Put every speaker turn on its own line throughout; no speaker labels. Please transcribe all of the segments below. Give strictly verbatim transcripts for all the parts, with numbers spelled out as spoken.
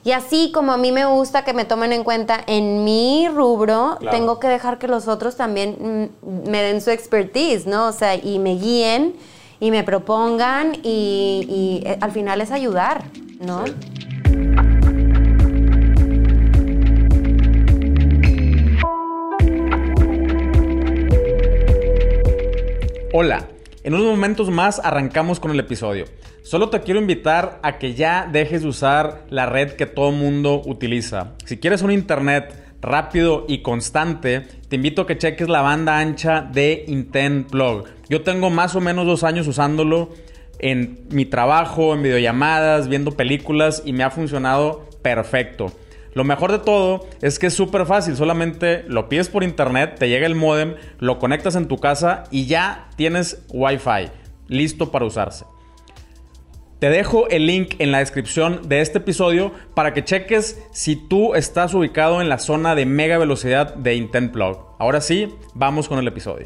Y así como a mí me gusta que me tomen en cuenta en mi rubro,
claro.
tengo que dejar que los otros también mm, me den su expertise, ¿no? O sea, y me guíen y me propongan y, y eh, al final es ayudar, ¿no?
Sí. Hola, en unos momentos más arrancamos con el episodio. Solo te quiero invitar a que ya dejes de usar la red que todo mundo utiliza. Si quieres un internet rápido y constante, te invito a que cheques la banda ancha de IntentPlug. Yo tengo más o menos dos años usándolo en mi trabajo, en videollamadas, viendo películas y me ha funcionado perfecto. Lo mejor de todo es que es súper fácil, solamente lo pides por internet, te llega el módem, lo conectas en tu casa y ya tienes Wi-Fi listo para usarse. Te dejo el link en la descripción de este episodio para que cheques si tú estás ubicado en la zona de mega velocidad de IntentPlug. Ahora sí, vamos con el episodio.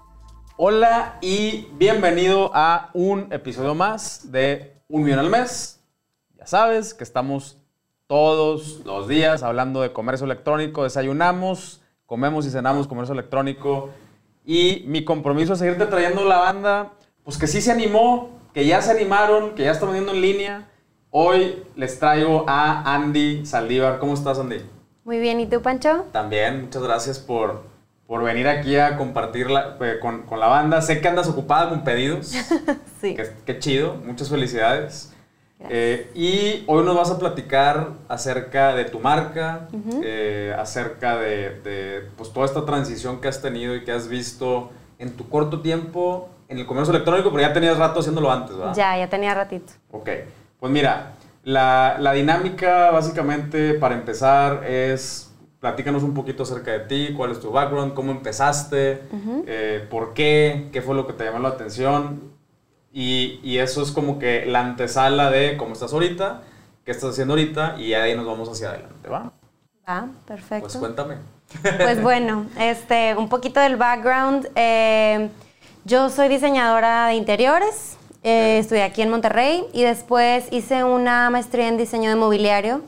Hola y bienvenido a un episodio más de Un Millón al Mes. Ya sabes que estamos todos los días hablando de comercio electrónico, desayunamos, comemos y cenamos comercio electrónico. Y mi compromiso es seguirte trayendo la banda, pues que sí se animó, que ya se animaron, que ya están vendiendo en línea. Hoy les traigo a Andy Saldívar. ¿Cómo estás, Andy?
Muy bien, ¿y tú, Pancho?
También, muchas gracias por, por venir aquí a compartir la, eh, con, con la banda. Sé que andas ocupada con pedidos.
Sí.
Qué, qué chido, muchas felicidades. Eh, y hoy nos vas a platicar acerca de tu marca, uh-huh. eh, acerca de, de pues, toda esta transición que has tenido y que has visto en tu corto tiempo en el comercio electrónico, pero ya tenías rato haciéndolo antes, ¿verdad?
Ya, ya tenía ratito.
Ok, pues mira, la, la dinámica básicamente para empezar es, platícanos un poquito acerca de ti, cuál es tu background, cómo empezaste, uh-huh. eh, por qué, qué fue lo que te llamó la atención. Y, y eso es como que la antesala de cómo estás ahorita, qué estás haciendo ahorita, y ahí nos vamos hacia adelante, ¿va?
Va, perfecto.
Pues cuéntame.
Pues bueno, este, un poquito del background. Eh, yo soy diseñadora de interiores, eh, estudié aquí en Monterrey y después hice una maestría en diseño de mobiliario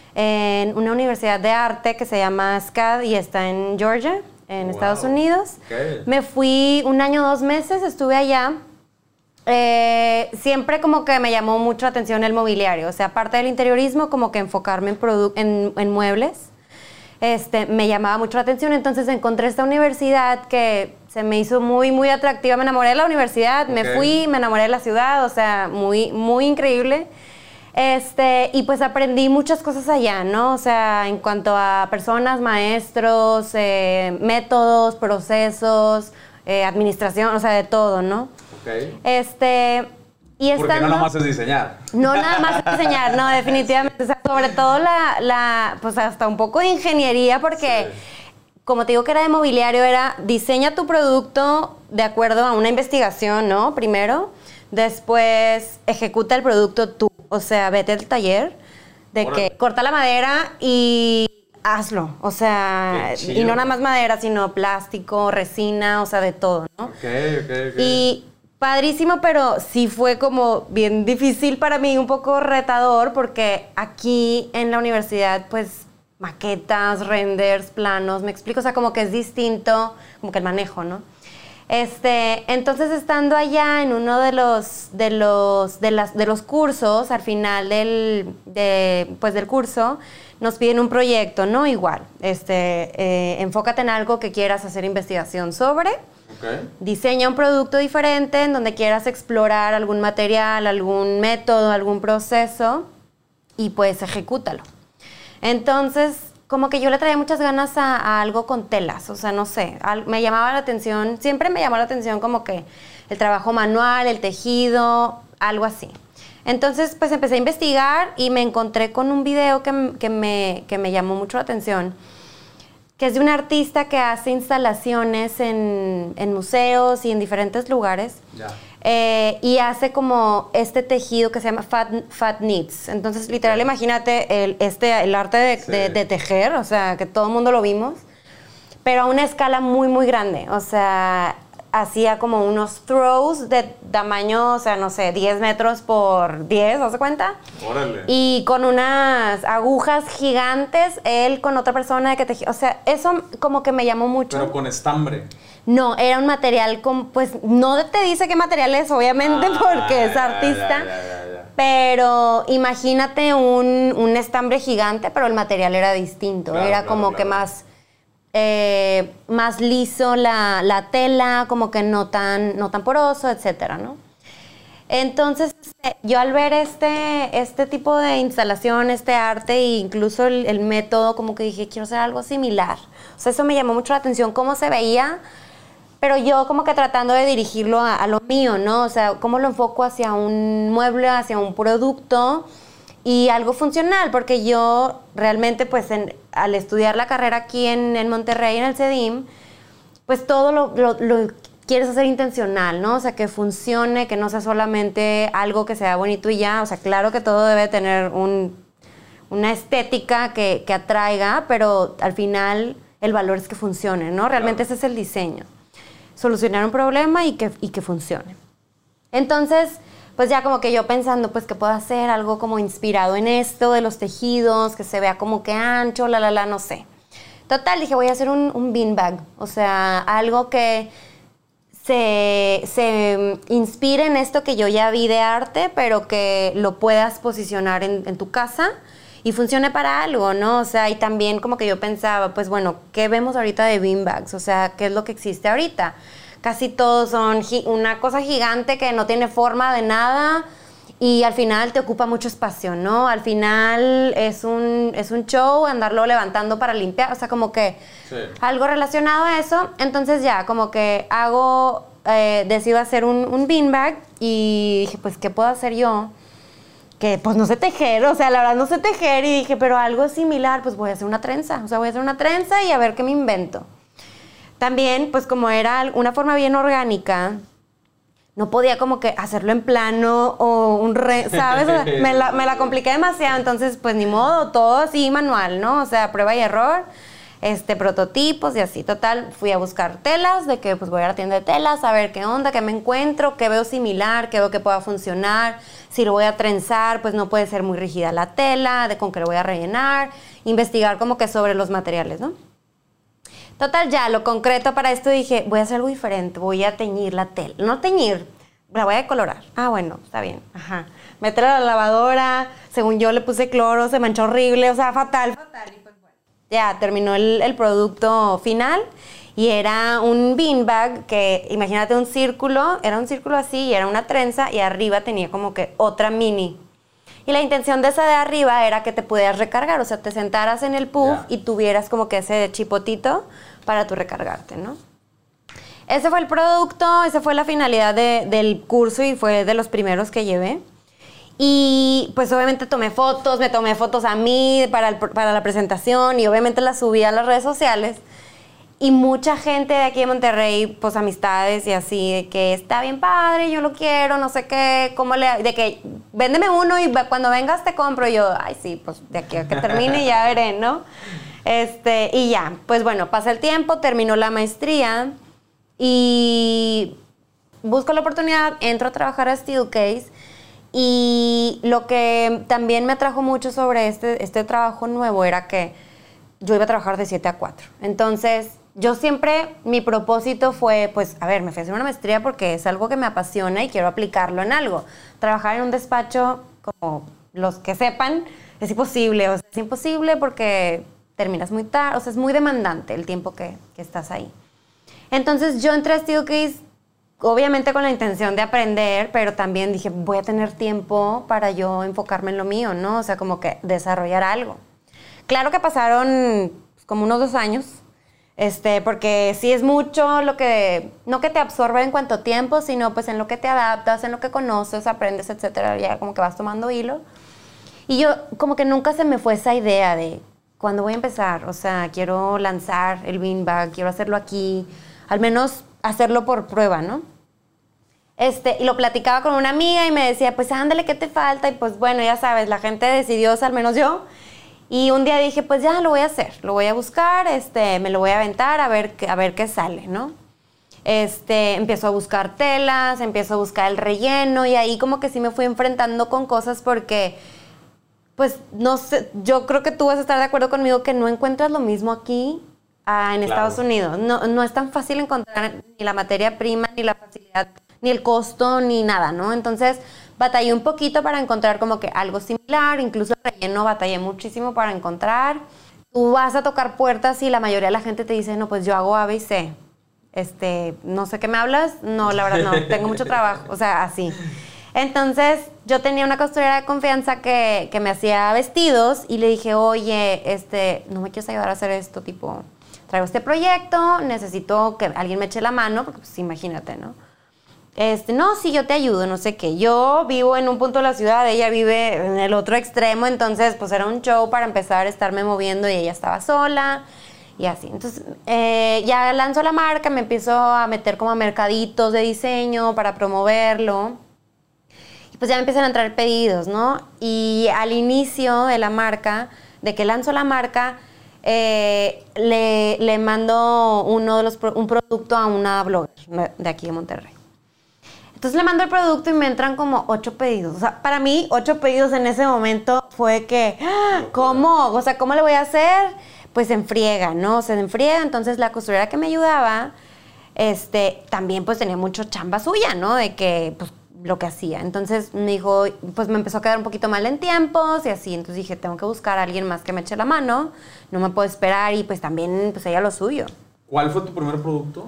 en una universidad de arte que se llama S C A D y está en Georgia, en wow. Estados Unidos. Okay. Me fui un año, dos meses, estuve allá. Eh, siempre como que me llamó mucho la atención el mobiliario, o sea, aparte del interiorismo, como que enfocarme en, produ- en, en muebles, este, me llamaba mucho la atención, entonces encontré esta universidad que se me hizo muy, muy atractiva, me enamoré de la universidad, okay. me fui, me enamoré de la ciudad, o sea, muy, muy increíble, este, y pues aprendí muchas cosas allá, ¿no? O sea, en cuanto a personas, maestros, eh, métodos, procesos, eh, administración, o sea, de todo, ¿no?
Okay.
Este, y estando,
porque no nada más es diseñar.
No nada más es diseñar, no, definitivamente. O sea, sobre todo la, la, pues hasta un poco de ingeniería, porque sí. como te digo que era de mobiliario, era diseña tu producto de acuerdo a una investigación, ¿no? Primero, después ejecuta el producto tú. O sea, vete al taller de Órale. que corta la madera y hazlo. O sea, y no nada más madera, sino plástico, resina, o sea, de todo, ¿no?
Ok, ok, ok.
Y padrísimo, pero sí fue como bien difícil para mí, un poco retador, porque aquí en la universidad, pues, maquetas, renders, planos, me explico, o sea, como que es distinto, como que el manejo, ¿no? Este, entonces, estando allá en uno de los, de los, de las, de los cursos, al final del, de, pues, del curso, nos piden un proyecto, ¿no? Igual, este, eh, enfócate en algo que quieras hacer investigación sobre. Okay. Diseña un producto diferente en donde quieras explorar algún material, algún método, algún proceso y pues ejecútalo. Entonces, como que yo le traía muchas ganas a, a algo con telas, o sea, no sé, al, me llamaba la atención, siempre me llamó la atención como que el trabajo manual, el tejido, algo así. Entonces, pues empecé a investigar y me encontré con un video que, que, me, que me llamó mucho la atención, que es de un artista que hace instalaciones en, en museos y en diferentes lugares. Ya. Eh, y hace como este tejido que se llama Fat, fat Knits. Entonces, literal, okay. imagínate el, este, el arte de, sí. de, de tejer, o sea, que todo el mundo lo vimos, pero a una escala muy, muy grande. O sea, hacía como unos throws de tamaño, o sea, no sé, diez metros por diez, ¿no se cuenta?
Órale.
Y con unas agujas gigantes, él con otra persona que tejía. O sea, eso como que me llamó mucho.
Pero con estambre.
No, era un material con, pues, no te dice qué material es, obviamente, ah, porque es artista. Ya, ya, ya, ya. Pero imagínate un, un estambre gigante, pero el material era distinto. Claro, era claro, como claro. que más... Eh, más liso la, la tela, como que no tan, no tan poroso, etcétera, ¿no? Entonces, yo al ver este, este tipo de instalación, este arte e incluso el, el método, como que dije, quiero hacer algo similar. O sea, eso me llamó mucho la atención, cómo se veía, pero yo como que tratando de dirigirlo a, a lo mío, ¿no? O sea, cómo lo enfoco hacia un mueble, hacia un producto y algo funcional, porque yo realmente, pues, en, al estudiar la carrera aquí en, en Monterrey, en el CEDIM, pues todo lo, lo, lo quieres hacer intencional, ¿no? O sea, que funcione, que no sea solamente algo que sea bonito y ya. O sea, claro que todo debe tener un, una estética que, que atraiga, pero al final el valor es que funcione, ¿no? Realmente claro. Ese es el diseño. Solucionar un problema y que, y que funcione. Entonces... pues ya como que yo pensando, pues que puedo hacer algo como inspirado en esto de los tejidos, que se vea como que ancho, la, la, la, no sé. Total, dije, voy a hacer un, un beanbag, o sea, algo que se, se inspire en esto que yo ya vi de arte, pero que lo puedas posicionar en, en tu casa y funcione para algo, ¿no? O sea, y también como que yo pensaba, pues bueno, ¿qué vemos ahorita de beanbags? O sea, ¿qué es lo que existe ahorita? Casi todos son una cosa gigante que no tiene forma de nada y al final te ocupa mucho espacio, ¿no? Al final es un, es un show andarlo levantando para limpiar, o sea, como que sí. Algo relacionado a eso. Entonces ya, como que hago, eh, decido hacer un, un beanbag y dije, pues, ¿qué puedo hacer yo? Que pues no sé tejer, o sea, la verdad no sé tejer y dije, pero algo similar, pues voy a hacer una trenza, o sea, voy a hacer una trenza y a ver qué me invento. También, pues como era una forma bien orgánica, no podía como que hacerlo en plano o un re, ¿sabes? O sea, me, la, me la compliqué demasiado, entonces pues ni modo, todo así manual, ¿no? O sea, prueba y error, este, prototipos y así. Total, fui a buscar telas, de que pues voy a la tienda de telas, a ver qué onda, qué me encuentro, qué veo similar, qué veo que pueda funcionar. Si lo voy a trenzar, pues no puede ser muy rígida la tela, de con qué lo voy a rellenar, investigar como que sobre los materiales, ¿no? Total, ya, lo concreto para esto dije, voy a hacer algo diferente, voy a teñir la tela. No teñir, la voy a decolorar. Ah, bueno, está bien, ajá. Meterla a la lavadora, según yo le puse cloro, se manchó horrible, o sea, fatal, fatal. Y pues bueno, ya, terminó el, el producto final y era un beanbag que, imagínate un círculo, era un círculo así y era una trenza y arriba tenía como que otra mini. Y la intención de esa de arriba era que te pudieras recargar, o sea, te sentaras en el puff yeah. y tuvieras como que ese chipotito para tú recargarte, ¿no? Ese fue el producto, esa fue la finalidad de, del curso y fue de los primeros que llevé. Y pues obviamente tomé fotos, me tomé fotos a mí para, el, para la presentación y obviamente las subí a las redes sociales. Y mucha gente de aquí de Monterrey, pues amistades y así, de que está bien padre, yo lo quiero, no sé qué, cómo le... De que véndeme uno y cuando vengas te compro. Y yo, ay, sí, pues de aquí a que termine ya veré, ¿no? Este, y ya, pues bueno, pasa el tiempo, terminó la maestría y busco la oportunidad, entro a trabajar a Steelcase y lo que también me atrajo mucho sobre este, este trabajo nuevo era que yo iba a trabajar de siete a cuatro. Entonces... yo siempre, mi propósito fue, pues, a ver, me fui a hacer una maestría porque es algo que me apasiona y quiero aplicarlo en algo. Trabajar en un despacho, como los que sepan, es imposible. O sea, es imposible porque terminas muy tarde, o sea, es muy demandante el tiempo que, que estás ahí. Entonces, yo entré a Steelcase, obviamente con la intención de aprender, pero también dije, voy a tener tiempo para yo enfocarme en lo mío, ¿no? O sea, como que desarrollar algo. Claro que pasaron pues, como unos dos años, Este, porque sí es mucho lo que, no que te absorbe en cuanto tiempo, sino pues en lo que te adaptas, en lo que conoces, aprendes, etcétera, ya como que vas tomando hilo. Y yo como que nunca se me fue esa idea de cuándo voy a empezar, o sea, quiero lanzar el beanbag, quiero hacerlo aquí, al menos hacerlo por prueba, ¿no? Este, y lo platicaba con una amiga y me decía, pues ándale, ¿qué te falta? Y pues bueno, ya sabes, la gente decidió, o sea, al menos yo. Y un día dije, pues ya lo voy a hacer, lo voy a buscar, este, me lo voy a aventar a ver, a ver qué sale, ¿no? Este, empiezo a buscar telas, empiezo a buscar el relleno y ahí como que sí me fui enfrentando con cosas porque, pues, no sé, yo creo que tú vas a estar de acuerdo conmigo que no encuentras lo mismo aquí ah, en
Claro.
Estados Unidos. No, no es tan fácil encontrar ni la materia prima, ni la facilidad, ni el costo, ni nada, ¿no? Entonces, batallé un poquito para encontrar como que algo similar, incluso el relleno batallé muchísimo para encontrar. Tú vas a tocar puertas y la mayoría de la gente te dice, no, pues yo hago A, B y C. Este, no sé qué me hablas, no, la verdad no, tengo mucho trabajo, o sea, así. Entonces, yo tenía una costurera de confianza que, que me hacía vestidos y le dije, oye, este, ¿no me quieres ayudar a hacer esto? Tipo, traigo este proyecto, necesito que alguien me eche la mano, porque pues imagínate, ¿no? Este, no, sí, yo te ayudo, no sé qué. Yo vivo en un punto de la ciudad, ella vive en el otro extremo, entonces pues era un show para empezar a estarme moviendo y ella estaba sola y así. Entonces eh, ya lanzo la marca, me empiezo a meter como a mercaditos de diseño para promoverlo y pues ya me empiezan a entrar pedidos, ¿no? Y al inicio de la marca, de que lanzo la marca, eh, le, le mando uno de los, un producto a una blogger de aquí de Monterrey. Entonces le mando el producto y me entran como ocho pedidos. O sea, para mí, ocho pedidos en ese momento fue que, ¿cómo? O sea, ¿cómo le voy a hacer? Pues se enfriega, ¿no? Se enfriega. Entonces la costurera que me ayudaba, este, también pues tenía mucho chamba suya, ¿no? De que, pues, lo que hacía. Entonces me dijo, pues me empezó a quedar un poquito mal en tiempos y así. Entonces dije, tengo que buscar a alguien más que me eche la mano. No me puedo esperar y pues también, pues ella lo suyo.
¿Cuál fue tu primer producto?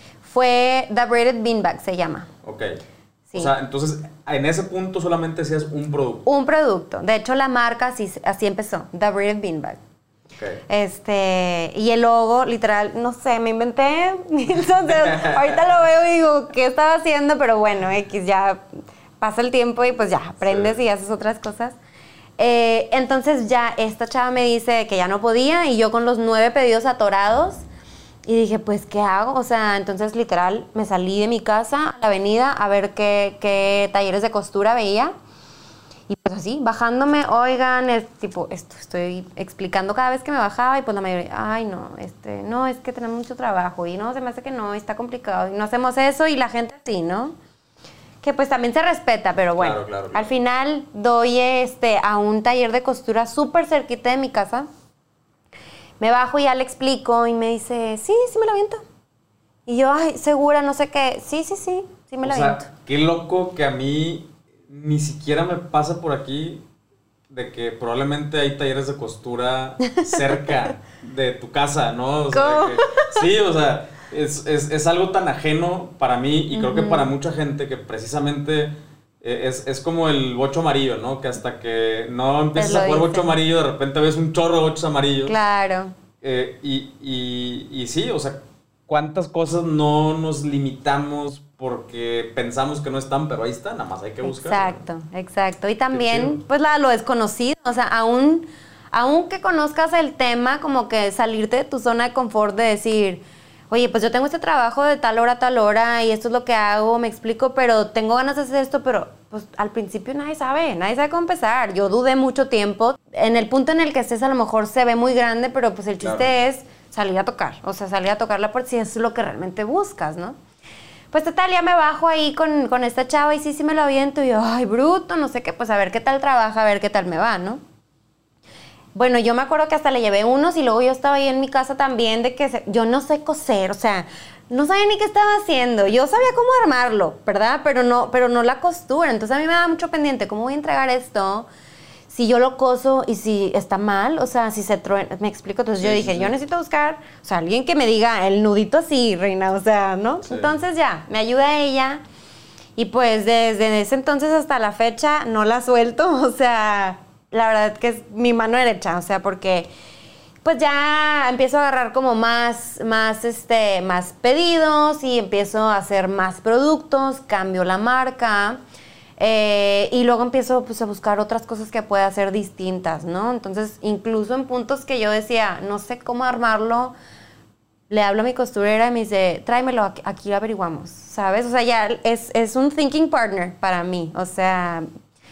Fue The Braided Beanbag, se llama.
Ok.
Sí.
O sea, entonces, en ese punto solamente hacías un producto.
Un producto. De hecho, la marca así, así empezó, The Braided Beanbag.
Okay.
Este, y el logo, literal, no sé, me inventé. Entonces, ahorita lo veo y digo, ¿qué estaba haciendo? Pero bueno, X, ya pasa el tiempo y pues ya aprendes sí. y haces otras cosas. Eh, entonces ya esta chava me dice que ya no podía y yo con los nueve pedidos atorados. Y dije, pues, ¿qué hago? O sea, entonces, literal, me salí de mi casa a la avenida a ver qué, qué talleres de costura veía. Y pues así, bajándome, oigan, es tipo, esto estoy explicando cada vez que me bajaba y pues la mayoría, ay, no, este, no, es que tenemos mucho trabajo y no, se me hace que no, está complicado y no hacemos eso y la gente así, ¿no? Que pues también se respeta, pero bueno,
claro, claro, claro.
Al final doy este, a un taller de costura súper cerquita de mi casa. Me bajo y ya le explico y me dice, sí, sí me lo aviento. Y yo, ay, segura, no sé qué. Sí, sí, sí, sí me lo aviento.
O sea, qué loco que a mí ni siquiera me pasa por aquí de que probablemente hay talleres de costura cerca de tu casa, ¿no? O sea,
¿Cómo?
que, sí, o sea, es, es, es algo tan ajeno para mí y uh-huh. creo que para mucha gente que precisamente... Es, es como el bocho amarillo, ¿no? Que hasta que no empiezas a jugar bocho amarillo, de repente ves un chorro de bochos amarillos.
Claro.
Eh, y, y, y sí, o sea, ¿cuántas cosas no nos limitamos porque pensamos que no están, pero ahí están, nada más hay que buscar?
Exacto, ¿no? Exacto. Y también, pues, la, lo desconocido, o sea, aún, aún que conozcas el tema, como que salirte de tu zona de confort de decir... Oye, pues yo tengo este trabajo de tal hora a tal hora y esto es lo que hago, me explico, pero tengo ganas de hacer esto, pero pues al principio nadie sabe, nadie sabe cómo empezar. Yo dudé mucho tiempo. En el punto en el que estés a lo mejor se ve muy grande, pero pues el chiste claro. es salir a tocar, o sea, salir a tocar la puerta si es lo que realmente buscas, ¿no? Pues total, ya me bajo ahí con, con esta chava y sí, sí me lo aviento y yo, ay, bruto, no sé qué, pues a ver qué tal trabaja, a ver qué tal me va, ¿no? Bueno, yo me acuerdo que hasta le llevé unos y luego yo estaba ahí en mi casa también de que se, yo no sé coser, o sea, no sabía ni qué estaba haciendo. Yo sabía cómo armarlo, ¿verdad? Pero no, pero no la costura. Entonces a mí me daba mucho pendiente, ¿cómo voy a entregar esto? Si yo lo coso y si está mal, o sea, si se truena, me explico. Entonces sí, yo dije, sí, yo necesito buscar, o sea, alguien que me diga el nudito así, reina, o sea, ¿no? Sí. Entonces ya, me ayuda ella y pues desde ese entonces hasta la fecha no la suelto, o sea... La verdad que es mi mano derecha, o sea, porque pues ya empiezo a agarrar como más, más, este, más pedidos y empiezo a hacer más productos, cambio la marca eh, y luego empiezo pues a buscar otras cosas que pueda hacer distintas, ¿no? Entonces, incluso en puntos que yo decía, no sé cómo armarlo, le hablo a mi costurera y me dice, tráemelo, aquí, aquí lo averiguamos, ¿sabes? O sea, ya es, es un thinking partner para mí, o sea...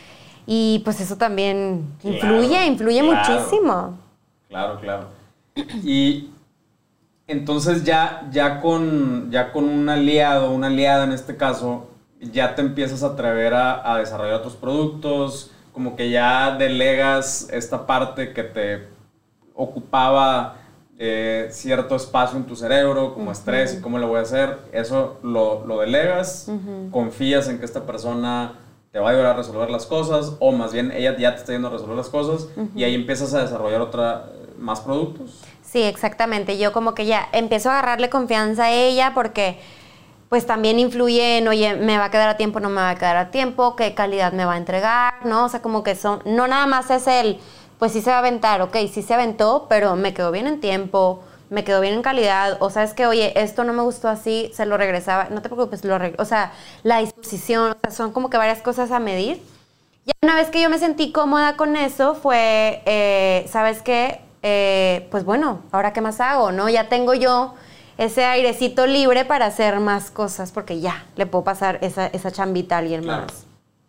Y pues eso también influye, claro, influye claro, muchísimo.
Claro, claro. Y Entonces ya, ya, con, ya con un aliado, una aliada en este caso, ya te empiezas a atrever a, a desarrollar otros productos, como que ya delegas esta parte que te ocupaba eh, cierto espacio en tu cerebro, como uh-huh. estrés y cómo lo voy a hacer, eso lo, lo delegas, uh-huh. confías en que esta persona te va a ayudar a resolver las cosas, o más bien ella ya te está yendo a resolver las cosas, uh-huh. y ahí empiezas a desarrollar otra, más productos.
Sí, exactamente. Yo como que ya empiezo a agarrarle confianza a ella porque pues también influye en, oye, me va a quedar a tiempo, no me va a quedar a tiempo, qué calidad me va a entregar, ¿no? O sea, como que son, no nada más es el, pues sí se va a aventar, ok, sí se aventó, pero me quedó bien en tiempo, me quedó bien en calidad, o sea, es que, oye, esto no me gustó así, se lo regresaba, no te preocupes, lo reg- o sea, la disposición, o sea, son como que varias cosas a medir. Ya una vez que yo me sentí cómoda con eso fue, eh, ¿sabes qué? Eh, pues bueno, ¿ahora qué más hago? ¿No? Ya tengo yo ese airecito libre para hacer más cosas porque ya le puedo pasar esa, esa chambita a alguien claro. más.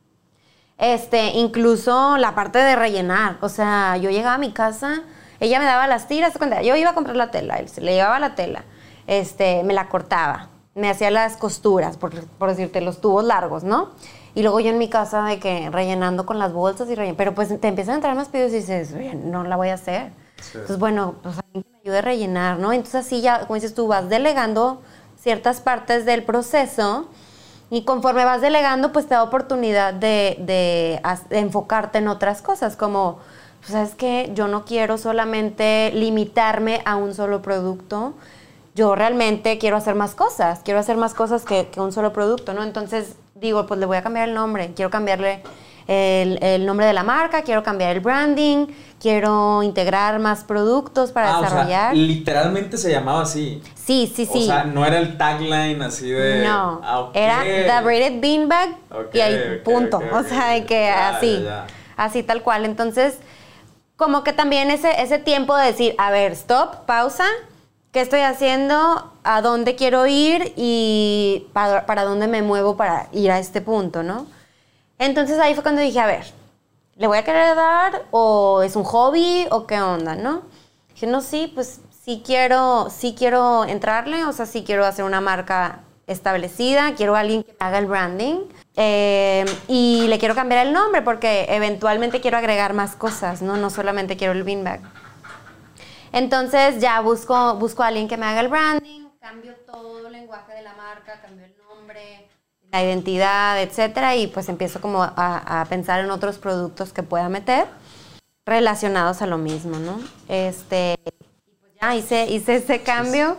Este, incluso la parte de rellenar. O sea, yo llegaba a mi casa, ella me daba las tiras, yo iba a comprar la tela, él se le llevaba la tela, este, me la cortaba, me hacía las costuras, por, por decirte, los tubos largos, ¿no? Y luego yo en mi casa de que rellenando con las bolsas y rellenando. Pero pues te empiezan a entrar más pedidos y dices, no la voy a hacer. Sí. Entonces, bueno, pues alguien que me ayude a rellenar, ¿no? Entonces así ya, como dices tú, vas delegando ciertas partes del proceso y conforme vas delegando, pues te da oportunidad de, de, de enfocarte en otras cosas, como, pues, ¿sabes qué? Yo no quiero solamente limitarme a un solo producto, yo realmente quiero hacer más cosas, quiero hacer más cosas que, que un solo producto, ¿no? Entonces digo, pues le voy a cambiar el nombre, quiero cambiarle el, el nombre de la marca, quiero cambiar el branding, quiero integrar más productos para
ah,
desarrollar.
O sea, literalmente se llamaba así.
Sí, sí, sí.
O sea, no era el tagline así de...
No,
ah, okay.
Era The Braided Beanbag
okay,
y ahí
okay,
punto.
Okay,
o
okay,
sea, de que
ya,
así,
ya, ya.
así tal cual. Entonces, como que también ese, ese tiempo de decir, a ver, stop, pausa, ¿qué estoy haciendo? ¿A dónde quiero ir? Y para, para dónde me muevo para ir a este punto, ¿no? Entonces ahí fue cuando dije, a ver, ¿le voy a querer dar o es un hobby o qué onda, no? Dije, no, sí, pues sí quiero, sí quiero entrarle, o sea, sí quiero hacer una marca establecida, quiero a alguien que me haga el branding eh, y le quiero cambiar el nombre porque eventualmente quiero agregar más cosas, ¿no? No solamente quiero el beanbag. Entonces ya busco, busco a alguien que me haga el branding, cambio todo el lenguaje de la marca, cambio el nombre, la identidad, etcétera, y pues empiezo como a, a pensar en otros productos que pueda meter relacionados a lo mismo, ¿no? Este, y pues ya hice, hice ese cambio.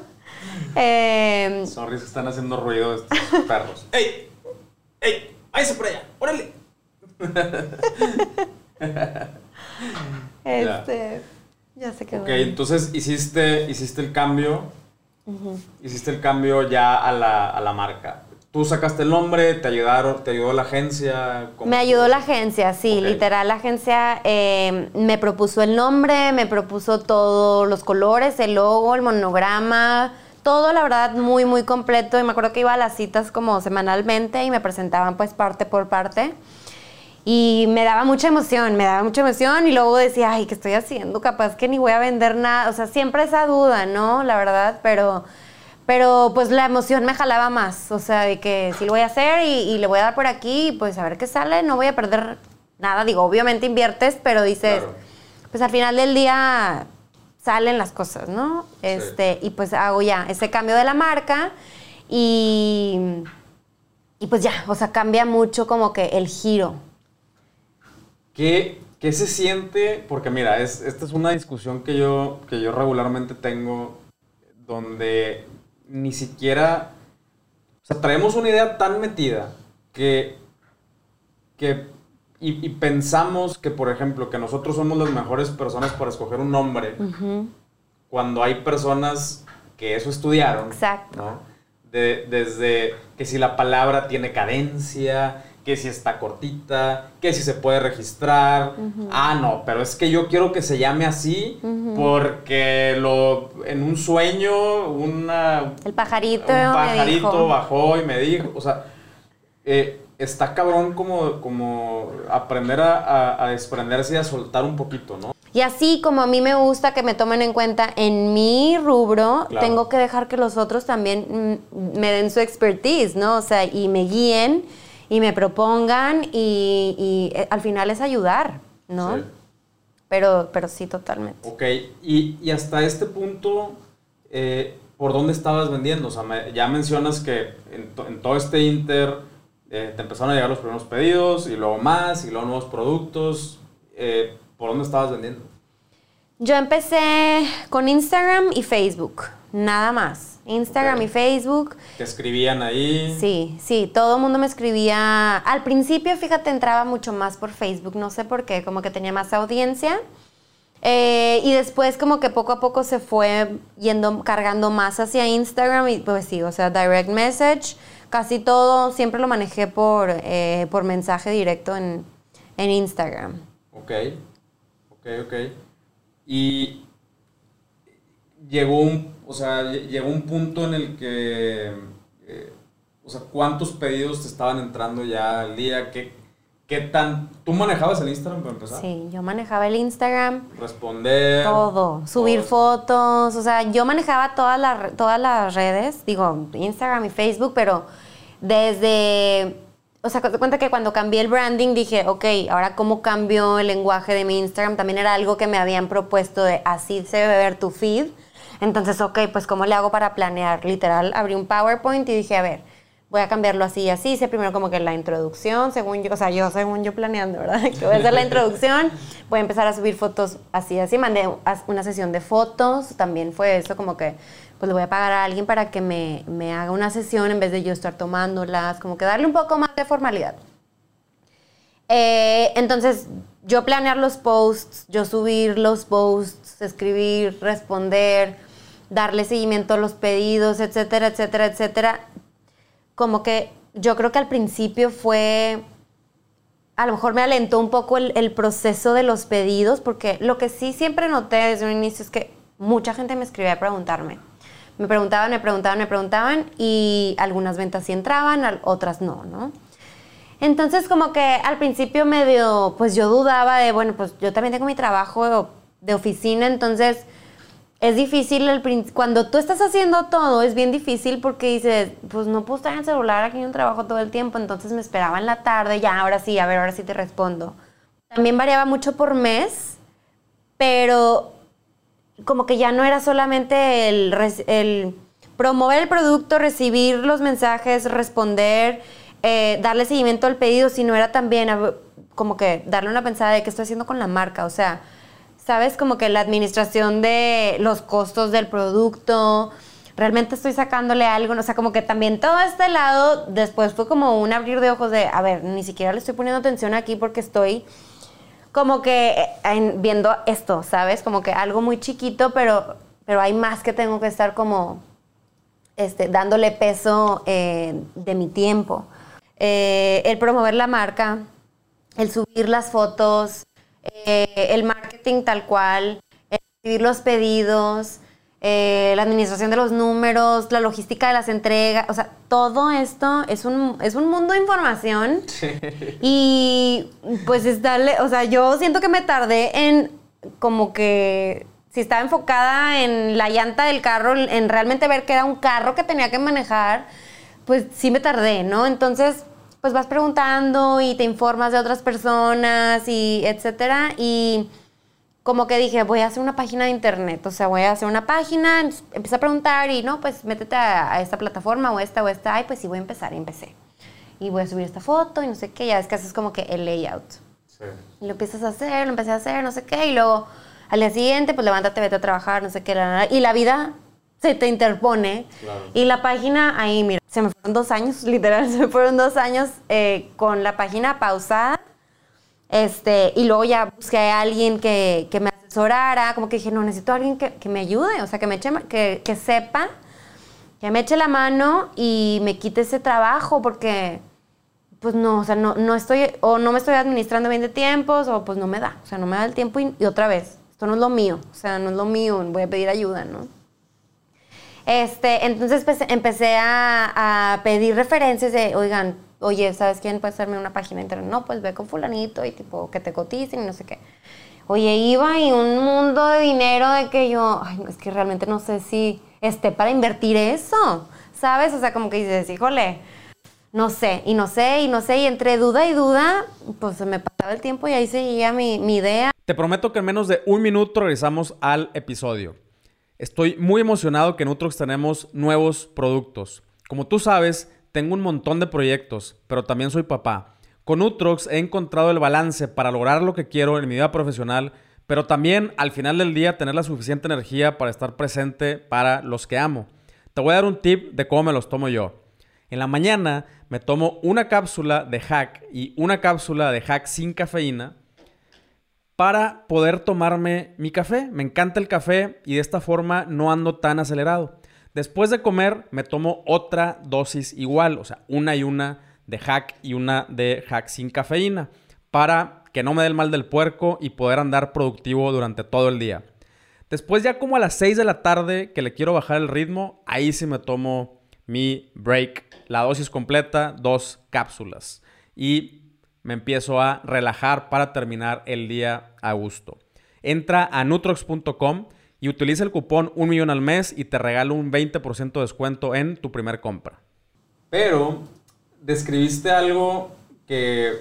Eh,
Sorry, se están haciendo ruido estos perros. ¡Ey! ¡Ey! ¡Váyase por allá! ¡Órale!
este, ya, ya se quedó.
Ok, entonces hiciste, hiciste el cambio, uh-huh. hiciste el cambio ya a la, a la marca. ¿Tú sacaste el nombre? ¿Te ayudaron? ¿Te ayudó la agencia?
Me ayudó la agencia, sí. Okay. Literal, la agencia eh, me propuso el nombre, me propuso todos los colores, el logo, el monograma, todo, la verdad, muy, muy completo. Y me acuerdo que iba a las citas como semanalmente y me presentaban pues parte por parte. Y me daba mucha emoción, me daba mucha emoción. Y luego decía, ay, ¿qué estoy haciendo? Capaz que ni voy a vender nada. O sea, siempre esa duda, ¿no? La verdad, pero... Pero pues la emoción me jalaba más, o sea, de que sí lo voy a hacer y, y le voy a dar por aquí, y pues a ver qué sale, no voy a perder nada. Digo, obviamente inviertes, pero dices, claro. Pues al final del día salen las cosas, ¿no? Sí. Este, y pues hago ya ese cambio de la marca y, y pues ya, o sea, cambia mucho como que el giro.
¿Qué, qué se siente? Porque mira, es, esta es una discusión que yo, que yo regularmente tengo donde... ni siquiera, o sea, traemos una idea tan metida que, que y, y pensamos que, por ejemplo, que nosotros somos las mejores personas para escoger un nombre, uh-huh. cuando hay personas que eso estudiaron.
Exacto.
¿No? De, desde que si la palabra tiene cadencia, que si está cortita, que si se puede registrar. Uh-huh. Ah, no, pero es que yo quiero que se llame así uh-huh. porque lo, en un sueño una,
el pajarito,
un pajarito
me dijo.
bajó y me dijo, o sea, eh, está cabrón como, como aprender a, a, a desprenderse y a soltar un poquito, ¿no?
Y así como a mí me gusta que me tomen en cuenta en mi rubro,
claro.
tengo que dejar que los otros también mm, me den su expertise, ¿no? O sea, y me guíen y me propongan y, y eh, al final es ayudar, ¿no?
Sí.
Pero, pero sí, totalmente.
Ok, y, y hasta este punto, eh, ¿por dónde estabas vendiendo? O sea, me, ya mencionas que en, to, en todo este inter eh, te empezaron a llegar los primeros pedidos y luego más y luego nuevos productos. Eh, ¿Por dónde estabas vendiendo?
Yo empecé con Instagram y Facebook, nada más. Instagram
Okay.
y Facebook.
¿Te escribían ahí?
Sí, sí, todo el mundo me escribía. Al principio, fíjate, entraba mucho más por Facebook, no sé por qué, como que tenía más audiencia. Eh, y después como que poco a poco se fue yendo, cargando más hacia Instagram y pues sí, o sea, direct message. Casi todo siempre lo manejé por, eh, por mensaje directo en, en Instagram.
Ok. Ok, ok. Y llegó un, o sea, llegó un punto en el que, eh, o sea, ¿cuántos pedidos te estaban entrando ya al día? ¿Qué, qué tan, tú manejabas el Instagram para empezar?
Sí, yo manejaba el Instagram.
Responder.
Todo, subir
todo.
fotos, o sea, yo manejaba todas las, todas las redes, digo, Instagram y Facebook, pero desde... O sea, te cuenta que cuando cambié el branding dije, ok, ahora cómo cambio el lenguaje de mi Instagram, también era algo que me habían propuesto de así se debe ver tu feed. Entonces, ok, pues ¿cómo le hago para planear? Literal, abrí un PowerPoint y dije, a ver, voy a cambiarlo así y así. Hice primero como que la introducción, según yo, o sea, yo según yo planeando, ¿verdad? Que voy a hacer la introducción, voy a empezar a subir fotos así, así. Mandé una sesión de fotos, también fue eso como que, pues le voy a pagar a alguien para que me, me haga una sesión en vez de yo estar tomándolas, como que darle un poco más de formalidad. Eh, entonces, yo planear los posts, yo subir los posts, escribir, responder, darle seguimiento a los pedidos, etcétera, etcétera, etcétera. Como que yo creo que al principio fue... A lo mejor me alentó un poco el, el proceso de los pedidos, porque lo que sí siempre noté desde un inicio es que mucha gente me escribía a preguntarme. Me preguntaban, me preguntaban, me preguntaban y algunas ventas sí entraban, otras no, ¿no? Entonces como que al principio medio, pues yo dudaba de, bueno, pues yo también tengo mi trabajo de oficina, entonces es difícil, el, cuando tú estás haciendo todo es bien difícil porque dices, pues no puedo estar en el celular aquí en un trabajo todo el tiempo, entonces me esperaba en la tarde, ya, ahora sí, a ver, ahora sí te respondo. También variaba mucho por mes, pero... como que ya no era solamente el, el promover el producto, recibir los mensajes, responder, eh, darle seguimiento al pedido, sino era también como que darle una pensada de qué estoy haciendo con la marca. O sea, ¿sabes? Como que la administración de los costos del producto, realmente estoy sacándole algo. O sea, como que también todo este lado, después fue como un abrir de ojos de, a ver, ni siquiera le estoy poniendo atención aquí porque estoy... como que en, viendo esto, ¿sabes? Como que algo muy chiquito, pero, pero hay más que tengo que estar como este, dándole peso eh, de mi tiempo. Eh, el promover la marca, el subir las fotos, eh, el marketing tal cual, el recibir los pedidos, eh, la administración de los números, la logística de las entregas, o sea, todo esto es un, es un mundo de información. Sí. Y pues es darle, o sea, yo siento que me tardé en como que si estaba enfocada en la llanta del carro, en realmente ver que era un carro que tenía que manejar, pues sí me tardé, ¿no? Entonces, pues vas preguntando y te informas de otras personas y etcétera, y como que dije, voy a hacer una página de internet, o sea, voy a hacer una página, empecé a preguntar y no, pues métete a, a esta plataforma o esta o esta, ay, pues sí, voy a empezar y empecé. Y voy a subir esta foto y no sé qué, ya es que haces como que el layout. Sí. Y lo empiezas a hacer, lo empecé a hacer, no sé qué, y luego al día siguiente, pues levántate, vete a trabajar, no sé qué, la, la, y la vida se te interpone. Claro. Y la página, ahí, mira, se me fueron dos años, literal, se me fueron dos años eh, con la página pausada. Este, y luego ya busqué a alguien que, que me asesorara, como que dije, no, necesito a alguien que, que me ayude, o sea, que me eche, que, que sepa, que me eche la mano y me quite ese trabajo, porque, pues no, o sea, no, no estoy, o no me estoy administrando bien de tiempos, o pues no me da, o sea, no me da el tiempo y, y otra vez, esto no es lo mío, o sea, no es lo mío, voy a pedir ayuda, ¿no? Este, entonces pues, empecé a, a pedir referencias de, oigan, oye, ¿sabes quién puede hacerme una página de internet? No, pues ve con fulanito y tipo que te coticen y no sé qué. Oye, iba y un mundo de dinero de que yo, ay, es que realmente no sé si esté para invertir eso, ¿sabes? O sea, como que dices, híjole, no sé, y no sé, y no sé, y entre duda y duda, pues se me pasaba el tiempo y ahí seguía mi, mi idea.
Te prometo que en menos de un minuto regresamos al episodio. Estoy muy emocionado que en Nutrox tenemos nuevos productos. Como tú sabes, tengo un montón de proyectos, pero también soy papá. Con Nutrox he encontrado el balance para lograr lo que quiero en mi vida profesional, pero también al final del día tener la suficiente energía para estar presente para los que amo. Te voy a dar un tip de cómo me los tomo yo. En la mañana me tomo una cápsula de Hack y una cápsula de Hack sin cafeína para poder tomarme mi café. Me encanta el café y de esta forma no ando tan acelerado. Después de comer me tomo otra dosis igual, o sea, una y una de Hack y una de Hack sin cafeína para que no me dé el mal del puerco y poder andar productivo durante todo el día. Después ya como a las seis de la tarde que le quiero bajar el ritmo, ahí sí me tomo mi break, la dosis completa, dos cápsulas y me empiezo a relajar para terminar el día a gusto. Entra a nutrox punto com y utiliza el cupón un millón al mes y te regalo un veinte por ciento de descuento en tu primer compra. Pero describiste algo que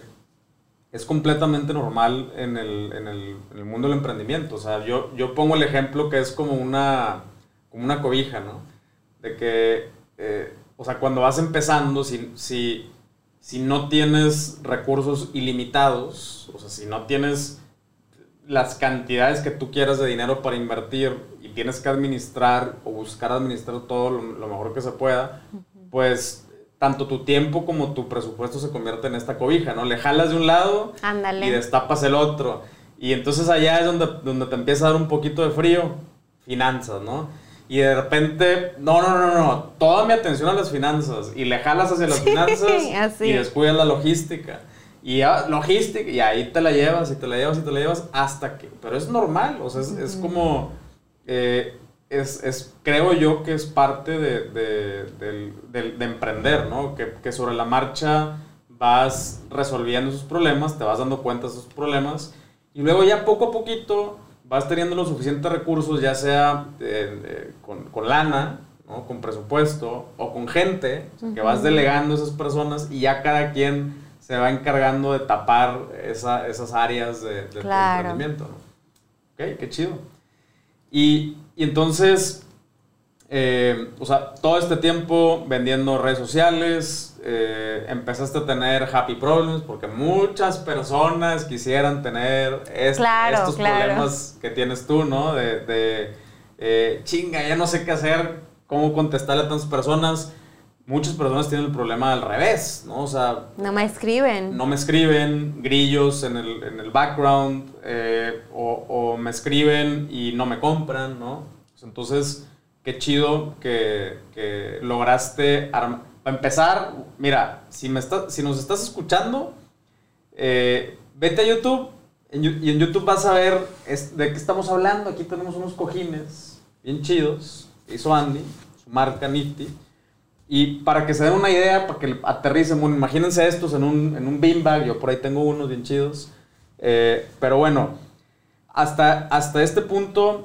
es completamente normal en el, en el, en el mundo del emprendimiento. O sea, yo, yo pongo el ejemplo que es como una, como una cobija, ¿no? De que, eh, o sea, cuando vas empezando, si... si Si no tienes recursos ilimitados, o sea, si no tienes las cantidades que tú quieras de dinero para invertir y tienes que administrar o buscar administrar todo lo, lo mejor que se pueda, uh-huh. pues tanto tu tiempo como tu presupuesto se convierte en esta cobija, ¿no? Le jalas de un lado Ándale. Y destapas el otro. Y entonces allá es donde, donde te empieza a dar un poquito de frío, finanzas, ¿no? Y de repente, no, no, no, no, toda mi atención a las finanzas. Y le jalas hacia las sí, finanzas así. Y descuidas la logística. Y ya, logística, y ahí te la llevas, y te la llevas, y te la llevas, hasta que... Pero es normal, o sea, es, uh-huh. es como... Eh, es, es, creo yo que es parte de, de, de, de, de emprender, ¿no? Que, que sobre la marcha vas resolviendo esos problemas, te vas dando cuenta de esos problemas, y luego ya poco a poquito... vas teniendo los suficientes recursos, ya sea eh, eh, con, con lana, ¿no? Con presupuesto o con gente, o sea, uh-huh. que vas delegando a esas personas y ya cada quien se va encargando de tapar esa, esas áreas de, de claro. emprendimiento, ¿no? Ok, qué chido. Y, y entonces, eh, o sea, todo este tiempo vendiendo redes sociales, eh, empezaste a tener happy problems porque muchas personas quisieran tener est- claro, estos claro. problemas que tienes tú, ¿no? De, de eh, chinga, ya no sé qué hacer, cómo contestarle a tantas personas. Muchas personas tienen el problema al revés, ¿no? O sea...
No me escriben.
No me escriben, grillos en el, en el background, eh, o, o me escriben y no me compran, ¿no? Entonces, qué chido que, que lograste armar. Para empezar, mira, si, me está, si nos estás escuchando, eh, vete a YouTube en, y en YouTube vas a ver es, de qué estamos hablando. Aquí tenemos unos cojines bien chidos que hizo Andy, su marca Nifty. Y para que se den una idea, para que aterricen, bueno, imagínense estos en un, en un beanbag, yo por ahí tengo unos bien chidos. Eh, pero bueno, hasta, hasta este punto...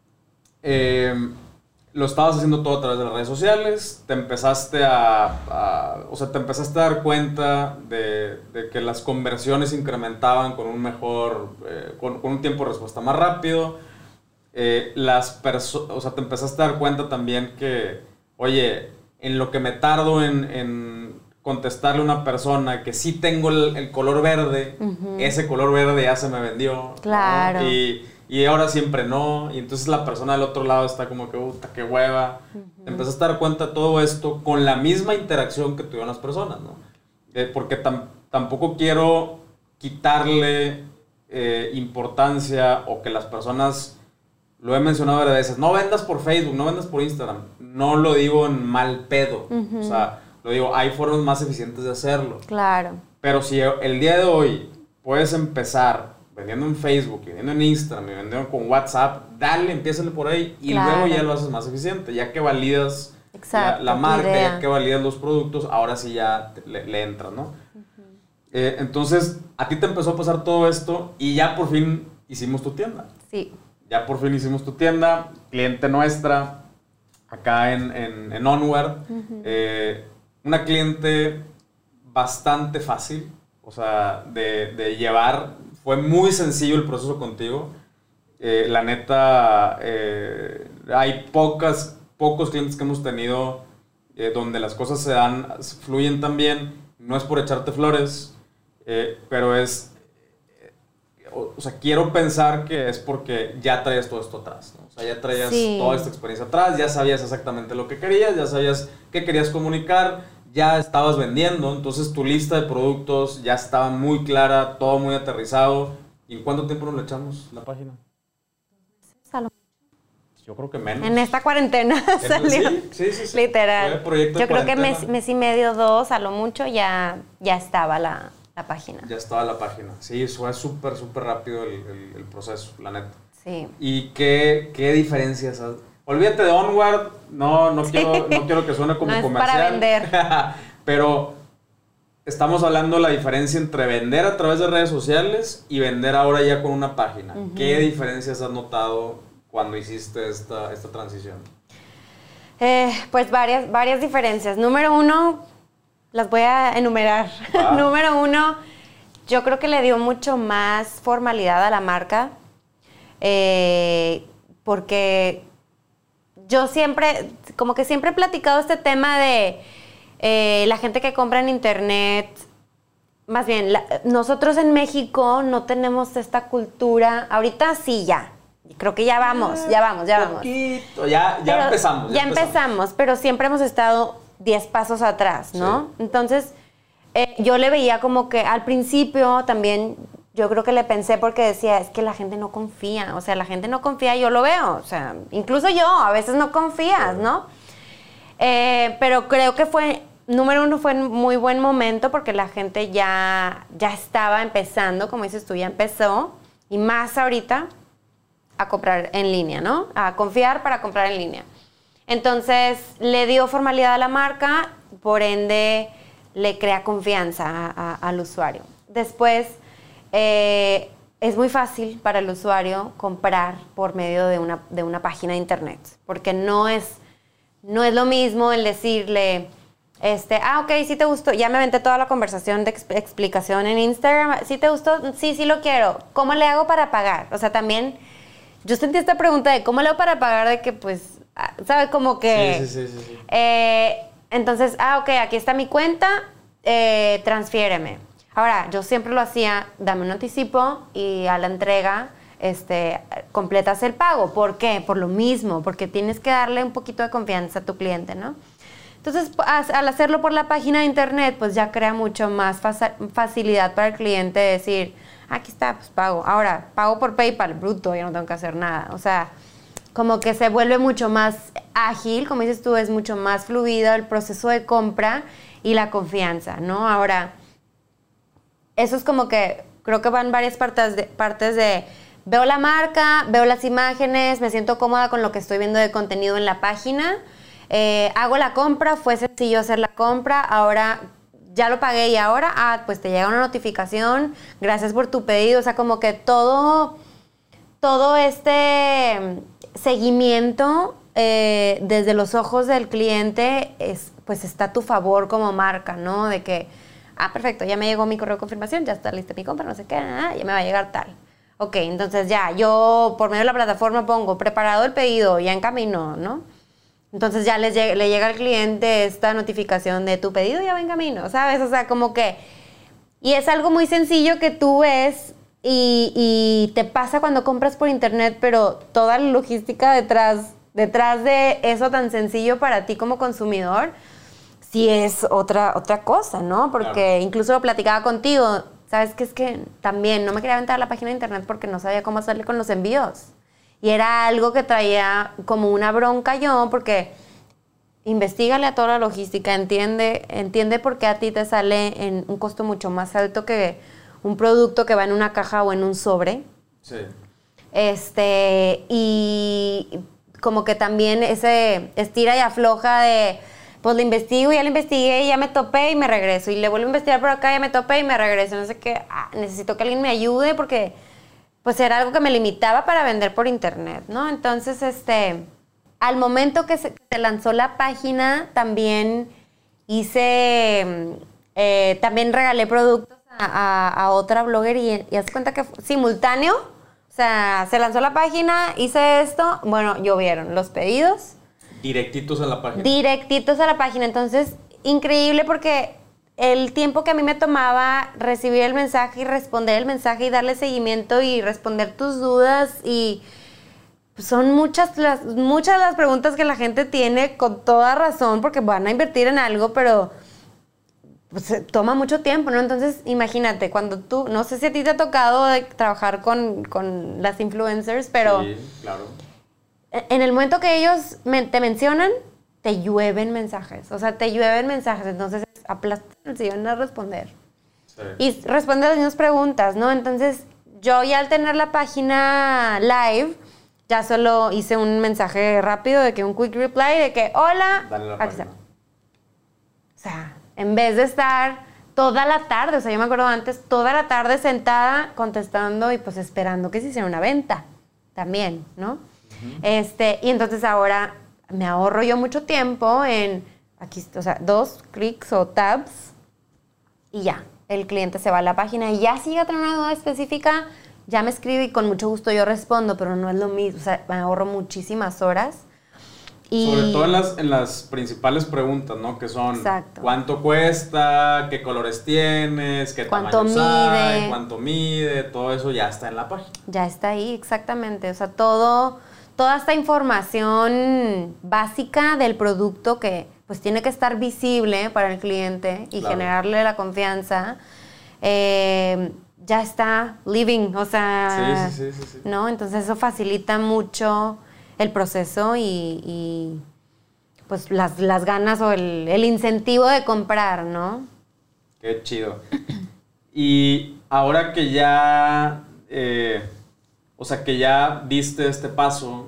Eh, lo estabas haciendo todo a través de las redes sociales, te empezaste a, a o sea, te empezaste a dar cuenta de, de que las conversiones incrementaban con un mejor, eh, con, con un tiempo de respuesta más rápido. Eh, las perso- o sea, te empezaste a dar cuenta también que, oye, en lo que me tardo en, en contestarle a una persona que sí tengo el, el color verde, uh-huh. ese color verde ya se me vendió.
Claro.
¿no? Y Y ahora siempre no, y entonces la persona del otro lado está como que, puta, qué hueva. Uh-huh. Empezaste a dar cuenta de todo esto con la misma interacción que tuvieron las personas, ¿no? Eh, porque tam- tampoco quiero quitarle eh, importancia o que las personas, lo he mencionado varias veces, no vendas por Facebook, no vendas por Instagram. No lo digo en mal pedo, uh-huh. o sea, lo digo, hay formas más eficientes de hacerlo.
Claro.
Pero si el día de hoy puedes empezar vendiendo en Facebook, y vendiendo en Instagram, y vendiendo con WhatsApp, dale, empiézale por ahí y claro. luego ya lo haces más eficiente. Ya que validas Exacto, la, la marca, idea. ya que validas los productos, ahora sí ya te, le, le entras, ¿no? Uh-huh. Eh, entonces, a ti te empezó a pasar todo esto y ya por fin hicimos tu tienda.
Sí.
Ya por fin hicimos tu tienda, cliente nuestra, acá en, en, en Onward. Uh-huh. eh, una cliente bastante fácil, o sea, de, de llevar. Fue muy sencillo el proceso contigo. Eh, la neta, eh, hay pocas, pocos clientes que hemos tenido eh, donde las cosas se dan, fluyen tan bien. No es por echarte flores, eh, pero es... O, o sea, quiero pensar que es porque ya traías todo esto atrás, ¿no? O sea, ya traías sí. toda esta experiencia atrás, ya sabías exactamente lo que querías, ya sabías qué querías comunicar, ya estabas vendiendo, entonces tu lista de productos ya estaba muy clara, todo muy aterrizado. ¿Y en cuánto tiempo nos le echamos la página? Yo creo que menos.
En esta cuarentena salió.
Sí, sí, sí, sí.
Literal.
Yo
creo que mes, mes y medio, dos, a lo mucho, ya, ya estaba la, la página.
Ya estaba la página. Sí, fue súper, súper rápido el, el, el proceso, la neta.
Sí.
¿Y qué, qué diferencias? Olvídate de Onward, no, no, sí. quiero, no quiero que suene como
no
comercial.
Es para vender.
Pero estamos hablando de la diferencia entre vender a través de redes sociales y vender ahora ya con una página. Uh-huh. ¿Qué diferencias has notado cuando hiciste esta, esta transición?
Eh, pues varias, varias diferencias. Número uno, las voy a enumerar. Ah. Número uno, yo creo que le dio mucho más formalidad a la marca, eh, porque yo siempre, como que siempre he platicado este tema de eh, la gente que compra en internet. Más bien, la, nosotros en México no tenemos esta cultura, ahorita sí ya. Creo que ya vamos, ya vamos, ya vamos.
Poquito, ya, ya empezamos.
Ya, ya empezamos. empezamos, pero siempre hemos estado diez pasos atrás, ¿no? Sí. Entonces, eh, yo le veía como que al principio también, yo creo que le pensé porque decía, es que la gente no confía, o sea, la gente no confía, yo lo veo, o sea, incluso yo, a veces no confías, ¿no? Eh, pero creo que fue, número uno, fue un muy buen momento porque la gente ya, ya estaba empezando, como dices tú, ya empezó, y más ahorita, a comprar en línea, ¿no? A confiar para comprar en línea. Entonces, le dio formalidad a la marca, por ende, le crea confianza a, a, al usuario. Después, eh, es muy fácil para el usuario comprar por medio de una, de una página de internet, porque no es, no es lo mismo el decirle, este, ah, ok, sí te gustó, ya me aventé toda la conversación de exp- explicación en Instagram, ¿sí te gustó? Sí, sí lo quiero. ¿Cómo le hago para pagar? O sea, también... Yo sentí esta pregunta de cómo le hago para pagar, de que pues, ¿sabes? Como que...
Sí, sí, sí, sí, sí.
Eh, entonces, ah, ok, aquí está mi cuenta, eh, transfiéreme. Ahora, yo siempre lo hacía, dame un anticipo y a la entrega este, completas el pago. ¿Por qué? Por lo mismo, porque tienes que darle un poquito de confianza a tu cliente, ¿no? Entonces, al hacerlo por la página de internet, pues ya crea mucho más facilidad para el cliente de decir... Aquí está, pues pago. Ahora, pago por PayPal, bruto, ya no tengo que hacer nada. O sea, como que se vuelve mucho más ágil, como dices tú, es mucho más fluido el proceso de compra y la confianza, ¿no? Ahora, eso es como que, creo que van varias partes de, partes de veo la marca, veo las imágenes, me siento cómoda con lo que estoy viendo de contenido en la página, eh, hago la compra, fue sencillo hacer la compra, ahora... Ya lo pagué y ahora, ah, pues te llega una notificación, gracias por tu pedido. O sea, como que todo, todo este seguimiento eh, desde los ojos del cliente, es, pues está a tu favor como marca, ¿no? De que, ah, perfecto, ya me llegó mi correo de confirmación, ya está lista mi compra, no sé qué, ah, ya me va a llegar tal. Ok, entonces ya, yo por medio de la plataforma pongo preparado el pedido, ya en camino, ¿no? Entonces ya les llega, le llega al cliente esta notificación de tu pedido ya va en camino, ¿sabes? O sea, como que... Y es algo muy sencillo que tú ves y, y te pasa cuando compras por internet, pero toda la logística detrás, detrás de eso tan sencillo para ti como consumidor, sí es otra, otra cosa, ¿no? Porque claro. Incluso lo platicaba contigo, ¿sabes? Que es que también no me quería aventar a la página de internet porque no sabía cómo hacerle con los envíos. Y era algo que traía como una bronca yo, porque investígale a toda la logística, entiende, entiende por qué a ti te sale en un costo mucho más alto que un producto que va en una caja o en un sobre.
Sí.
Este, y como que también ese estira y afloja de, pues le investigo, ya le investigué, ya me topé y me regreso. Y le vuelvo a investigar por acá, ya me topé y me regreso. No sé qué, ah, necesito que alguien me ayude porque... pues era algo que me limitaba para vender por internet, ¿no? Entonces, este, al momento que se, que se lanzó la página, también hice, eh, también regalé productos a, a, a otra blogger y, y haz cuenta que fue simultáneo, o sea, se lanzó la página, hice esto, bueno, llovieron los pedidos.
Directitos a la página.
Directitos a la página, entonces, increíble porque el tiempo que a mí me tomaba recibir el mensaje y responder el mensaje y darle seguimiento y responder tus dudas y son muchas las, muchas las preguntas que la gente tiene con toda razón porque van a invertir en algo, pero pues, toma mucho tiempo, ¿no? Entonces, imagínate, cuando tú, no sé si a ti te ha tocado de trabajar con, con las influencers, pero
sí, claro.
En el momento que ellos me, te mencionan, te llueven mensajes, o sea, te llueven mensajes, entonces aplastan el sillón a responder. Sí. Y responde las mismas preguntas, ¿no? Entonces, yo ya al tener la página live, ya solo hice un mensaje rápido de que un quick reply, de que, hola,
dale la
aquí
página.
está. O sea, en vez de estar toda la tarde, o sea, yo me acuerdo antes, toda la tarde sentada contestando y pues esperando que se hiciera una venta también, ¿no? Uh-huh. Este, y entonces ahora me ahorro yo mucho tiempo en, aquí, o sea, dos clics o tabs y ya, el cliente se va a la página y ya si llega a tener una duda específica, ya me escribe y con mucho gusto yo respondo, pero no es lo mismo, o sea, me ahorro muchísimas horas. Y
sobre todo en las, en las principales preguntas, ¿no? Que son, exacto, ¿cuánto cuesta? ¿Qué colores tienes? ¿Qué
¿Cuánto
tamaños
mide?
hay? ¿Cuánto mide? Todo eso ya está en la página.
Ya está ahí, exactamente. O sea, todo, toda esta información básica del producto que pues tiene que estar visible para el cliente y claro, generarle la confianza, eh, ya está living, o sea,
sí, sí, sí, sí, sí.
¿no? Entonces eso facilita mucho el proceso y, y pues las, las ganas o el, el incentivo de comprar, ¿no?
Qué chido. Y ahora que ya, eh, o sea, que ya diste este paso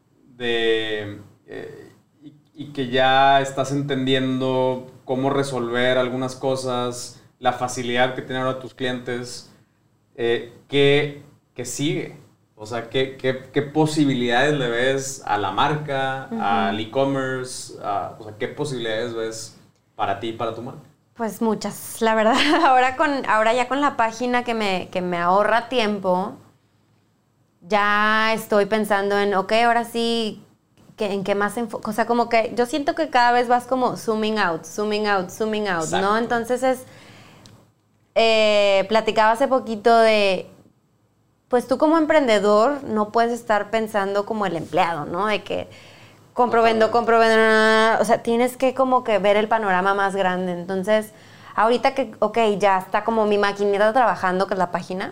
de, eh, y, y que ya estás entendiendo cómo resolver algunas cosas, la facilidad que tienen ahora tus clientes, eh, ¿qué, qué sigue? O sea, ¿qué, qué, qué posibilidades le ves a la marca, uh-huh, al e-commerce? O sea, ¿qué posibilidades ves para ti y para tu marca?
Pues muchas, la verdad. Ahora, con, ahora ya con la página que me, que me ahorra tiempo, ya estoy pensando en, ok, ahora sí, que, ¿en qué más enfoco? O sea, como que yo siento que cada vez vas como zooming out, zooming out, zooming out, exacto, ¿no? Entonces es, eh, platicaba hace poquito de, pues tú como emprendedor no puedes estar pensando como el empleado, ¿no? De que compro, vendo, compro, vendo, o sea, tienes que como que ver el panorama más grande. Entonces, ahorita que, ok, ya está como mi maquinita trabajando, que es la página,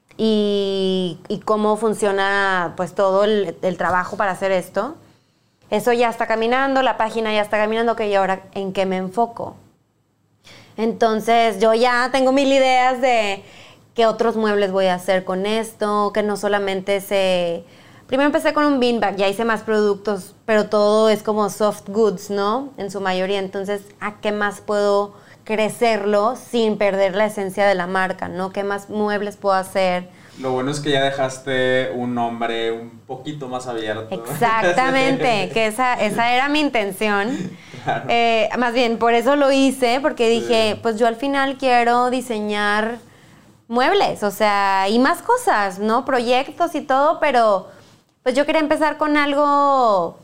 y, y cómo funciona pues todo el, el trabajo para hacer esto, eso ya está caminando, la página ya está caminando, ok, ¿y ahora en qué me enfoco? Entonces, yo ya tengo mil ideas de qué otros muebles voy a hacer con esto, que no solamente se... Primero empecé con un beanbag, ya hice más productos, pero todo es como soft goods, ¿no? En su mayoría. Entonces, ¿a qué más puedo crecerlo sin perder la esencia de la marca, ¿no? ¿Qué más muebles puedo hacer?
Lo bueno es que ya dejaste un nombre un poquito más abierto.
Exactamente, que esa, esa era mi intención. Claro. Eh, más bien, por eso lo hice, porque dije, sí, pues yo al final quiero diseñar muebles, o sea, y más cosas, ¿no? Proyectos y todo, pero pues yo quería empezar con algo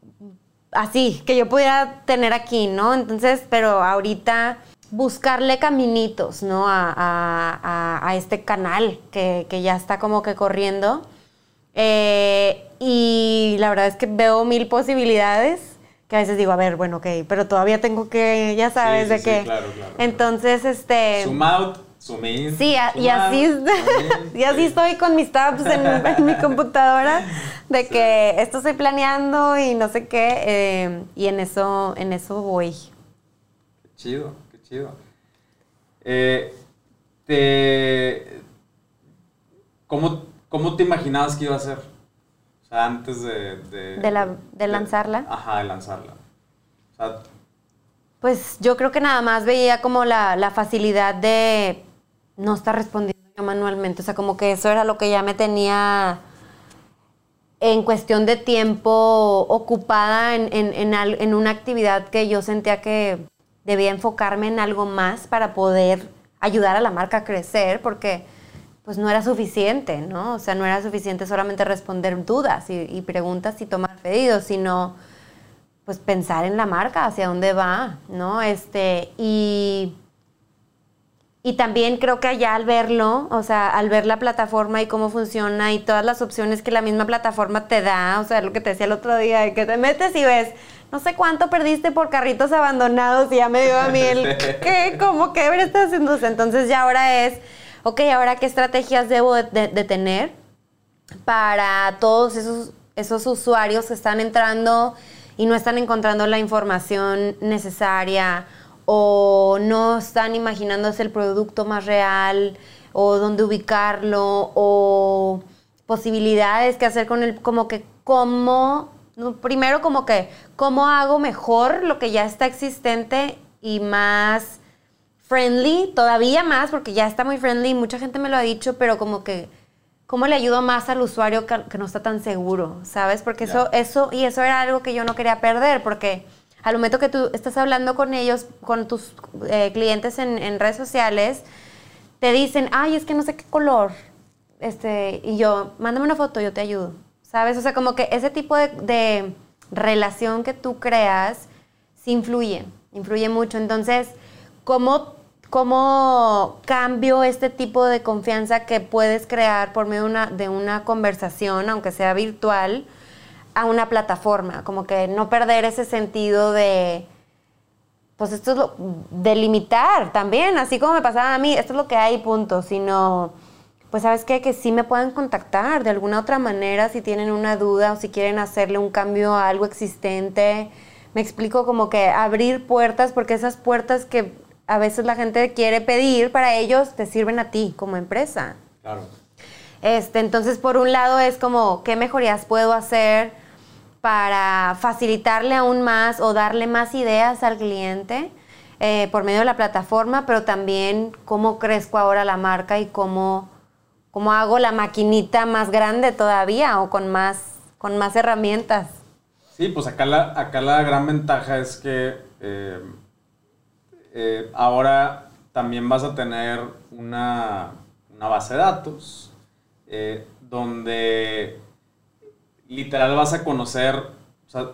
así, que yo pudiera tener aquí, ¿no? Entonces, pero ahorita buscarle caminitos, ¿no? A, a, a este canal que, que ya está como que corriendo. Eh, y la verdad es que veo mil posibilidades, que a veces digo, a ver, bueno, ok, pero todavía tengo que, ya sabes, sí, sí, de qué.
Sí, claro, claro.
Entonces, este...
Zoom out. Zoom in,
sí,
zoom
y así,
out, zoom in,
y así
sí,
estoy con mis tabs en, en mi computadora de sí, que esto estoy planeando y no sé qué, eh, y en eso, en eso voy.
Qué chido, qué chido. Eh, te, ¿cómo, ¿Cómo te imaginabas que iba a ser? O sea, antes de... De,
de, la, de, de lanzarla.
Ajá, de lanzarla. O sea...
Pues yo creo que nada más veía como la, la facilidad de no estar respondiendo yo manualmente. O sea, como que eso era lo que ya me tenía en cuestión de tiempo ocupada en, en, en, al, en una actividad que yo sentía que debía enfocarme en algo más para poder ayudar a la marca a crecer, porque pues no era suficiente, ¿no? O sea, no era suficiente solamente responder dudas y, y preguntas y tomar pedidos, sino pues pensar en la marca, hacia dónde va, ¿no? Este, y, y también creo que allá al verlo, o sea, al ver la plataforma y cómo funciona y todas las opciones que la misma plataforma te da, o sea, lo que te decía el otro día, de que te metes y ves, no sé cuánto perdiste por carritos abandonados y ya me dio a mí el, ¿qué? ¿Cómo que estás haciendo? Entonces ya ahora es, ok, ahora qué estrategias debo de, de, de tener para todos esos, esos usuarios que están entrando y no están encontrando la información necesaria o no están imaginándose el producto más real o dónde ubicarlo o posibilidades que hacer con el, como que cómo, primero como que cómo hago mejor lo que ya está existente y más friendly, todavía más, porque ya está muy friendly, mucha gente me lo ha dicho, pero como que cómo le ayudo más al usuario que, que no está tan seguro, ¿sabes? Porque yeah. eso, eso, y eso era algo que yo no quería perder, porque al momento que tú estás hablando con ellos, con tus eh, clientes en, en redes sociales, te dicen, ay, es que no sé qué color, este, y yo, mándame una foto, yo te ayudo, ¿sabes? O sea, como que ese tipo de, de relación que tú creas, sí influye, influye mucho. Entonces, ¿cómo ¿Cómo cambio este tipo de confianza que puedes crear por medio de una, de una conversación, aunque sea virtual, a una plataforma? Como que no perder ese sentido de, pues esto es lo, de limitar también, así como me pasaba a mí, esto es lo que hay, punto, sino, pues ¿sabes qué? Que sí me pueden contactar de alguna otra manera si tienen una duda o si quieren hacerle un cambio a algo existente. Me explico, como que abrir puertas, porque esas puertas que a veces la gente quiere pedir, para ellos te sirven a ti como empresa.
Claro.
Este, entonces, por un lado es como, ¿qué mejorías puedo hacer para facilitarle aún más o darle más ideas al cliente eh, por medio de la plataforma? Pero también, ¿cómo crezco ahora la marca y cómo, cómo hago la maquinita más grande todavía o con más, con más herramientas?
Sí, pues acá la, acá la gran ventaja es que Eh, Eh, ahora también vas a tener una, una base de datos eh, donde literal vas a conocer, o sea,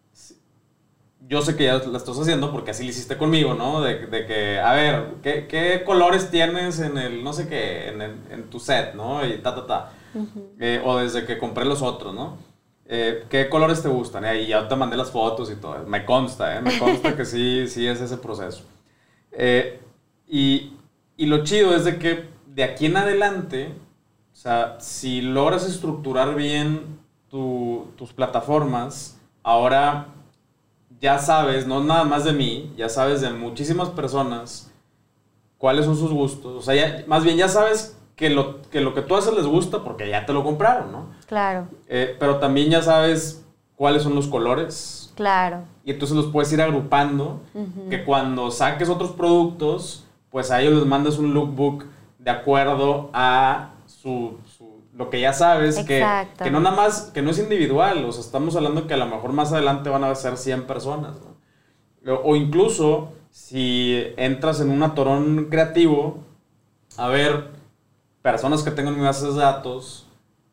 yo sé que ya la estás haciendo porque así lo hiciste conmigo, ¿no? De, de que, a ver, ¿qué, ¿qué colores tienes en el, no sé qué, en, el, en tu set, ¿no? Y ta, ta, ta. Uh-huh. eh, o desde que compré los otros, ¿no? Eh, ¿Qué colores te gustan? Eh, y ya te mandé las fotos y todo. Me consta, ¿eh? Me consta que sí, sí es ese proceso. Eh, y, y lo chido es de que de aquí en adelante, o sea, si logras estructurar bien tu, tus plataformas, ahora ya sabes, no nada más de mí, ya sabes de muchísimas personas cuáles son sus gustos. O sea, ya, más bien ya sabes que lo, que lo que tú haces les gusta porque ya te lo compraron, ¿no?
Claro.
Eh, pero también ya sabes cuáles son los colores.
Claro.
Y entonces los puedes ir agrupando, uh-huh. que cuando saques otros productos, pues a ellos les mandas un lookbook de acuerdo a su, su lo que ya sabes, que, que no nada más, que no es individual, o sea, estamos hablando que a lo mejor más adelante van a ser cien personas, ¿no? O, o incluso, si entras en un atorón creativo, a ver, personas que tengan mi base de datos,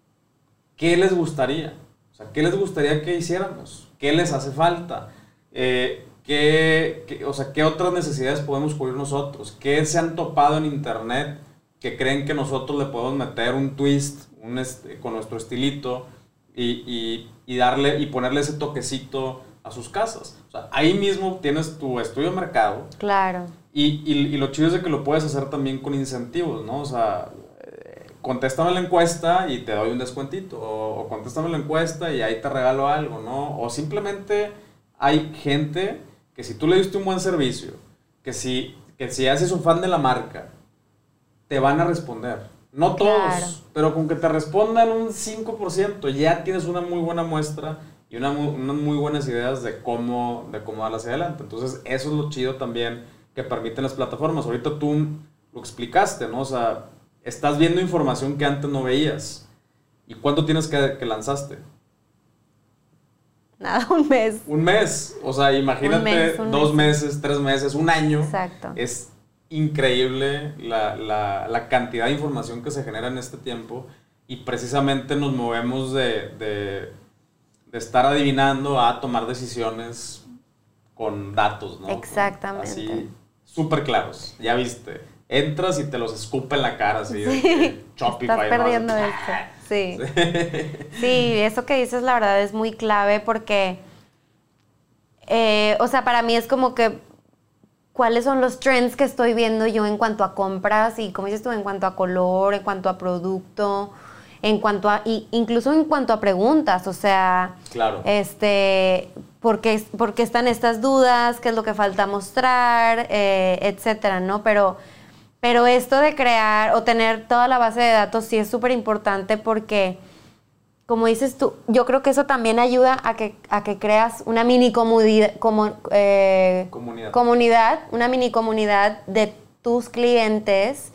¿qué les gustaría? O sea, ¿qué les gustaría que hiciéramos? ¿Qué les hace falta? Eh, ¿qué, qué, o sea, ¿qué otras necesidades podemos cubrir nosotros? ¿Qué se han topado en internet que creen que nosotros le podemos meter un twist un este, con nuestro estilito y, y, y, darle, y ponerle ese toquecito a sus casas? O sea, ahí mismo tienes tu estudio de mercado.
Claro.
Y, y, y lo chido es de que lo puedes hacer también con incentivos, ¿no? O sea, contéstame la encuesta y te doy un descuentito, o, o contéstame la encuesta y ahí te regalo algo, ¿no? O simplemente hay gente que si tú le diste un buen servicio, que si, que si haces un fan de la marca, te van a responder. No todos, claro. Pero con que te respondan un cinco por ciento, ya tienes una muy buena muestra y una, unas muy buenas ideas de cómo, de cómo darlas hacia adelante. Entonces, eso es lo chido también que permiten las plataformas. Ahorita tú lo explicaste, ¿no? O sea, estás viendo información que antes no veías. ¿Y cuánto tienes que, que lanzaste?
Nada, un mes.
Un mes. O sea, imagínate, un mes, un dos mes. meses, tres meses, un año.
Exacto.
Es increíble la, la, la cantidad de información que se genera en este tiempo. Y precisamente nos movemos de, de, de estar adivinando a tomar decisiones con datos, ¿no?
Exactamente.
Así, súper claros. Ya viste. Entras y te los escupe en la cara, así. Sí. De Shopify.
Estás perdiendo
más.
esto. Sí. Sí, eso que dices la verdad es muy clave porque, eh, o sea, para mí es como que cuáles son los trends que estoy viendo yo en cuanto a compras y, como dices tú, en cuanto a color, en cuanto a producto, en cuanto a, y incluso en cuanto a preguntas, o sea,
claro.
este, ¿por qué, por qué están estas dudas? ¿Qué es lo que falta mostrar? Eh, etcétera, ¿no? Pero... Pero esto de crear o tener toda la base de datos sí es súper importante porque, como dices tú, yo creo que eso también ayuda a que, a que creas una mini comunidad, como, eh,
comunidad.
comunidad, una mini comunidad de tus clientes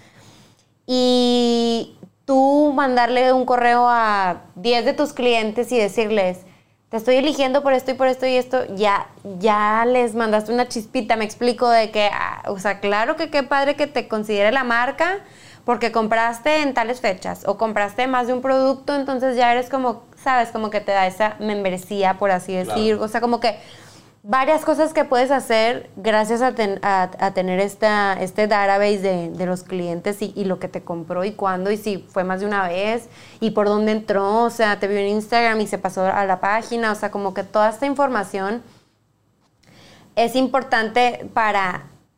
y tú mandarle un correo a diez de tus clientes y decirles, te estoy eligiendo por esto y por esto y esto, ya, ya les mandaste una chispita, me explico, de que, ah, o sea, claro que qué padre que te considere la marca porque compraste en tales fechas o compraste más de un producto, entonces ya eres como, sabes, como que te da esa membresía, por así decir, claro. O sea, como que varias cosas que puedes hacer gracias a, ten, a, a tener esta, este database de, de los clientes y, y lo que te compró y cuándo y si fue más de una vez y por dónde entró, o sea, te vio en Instagram y se pasó a la página, o sea, como que toda esta información es importante para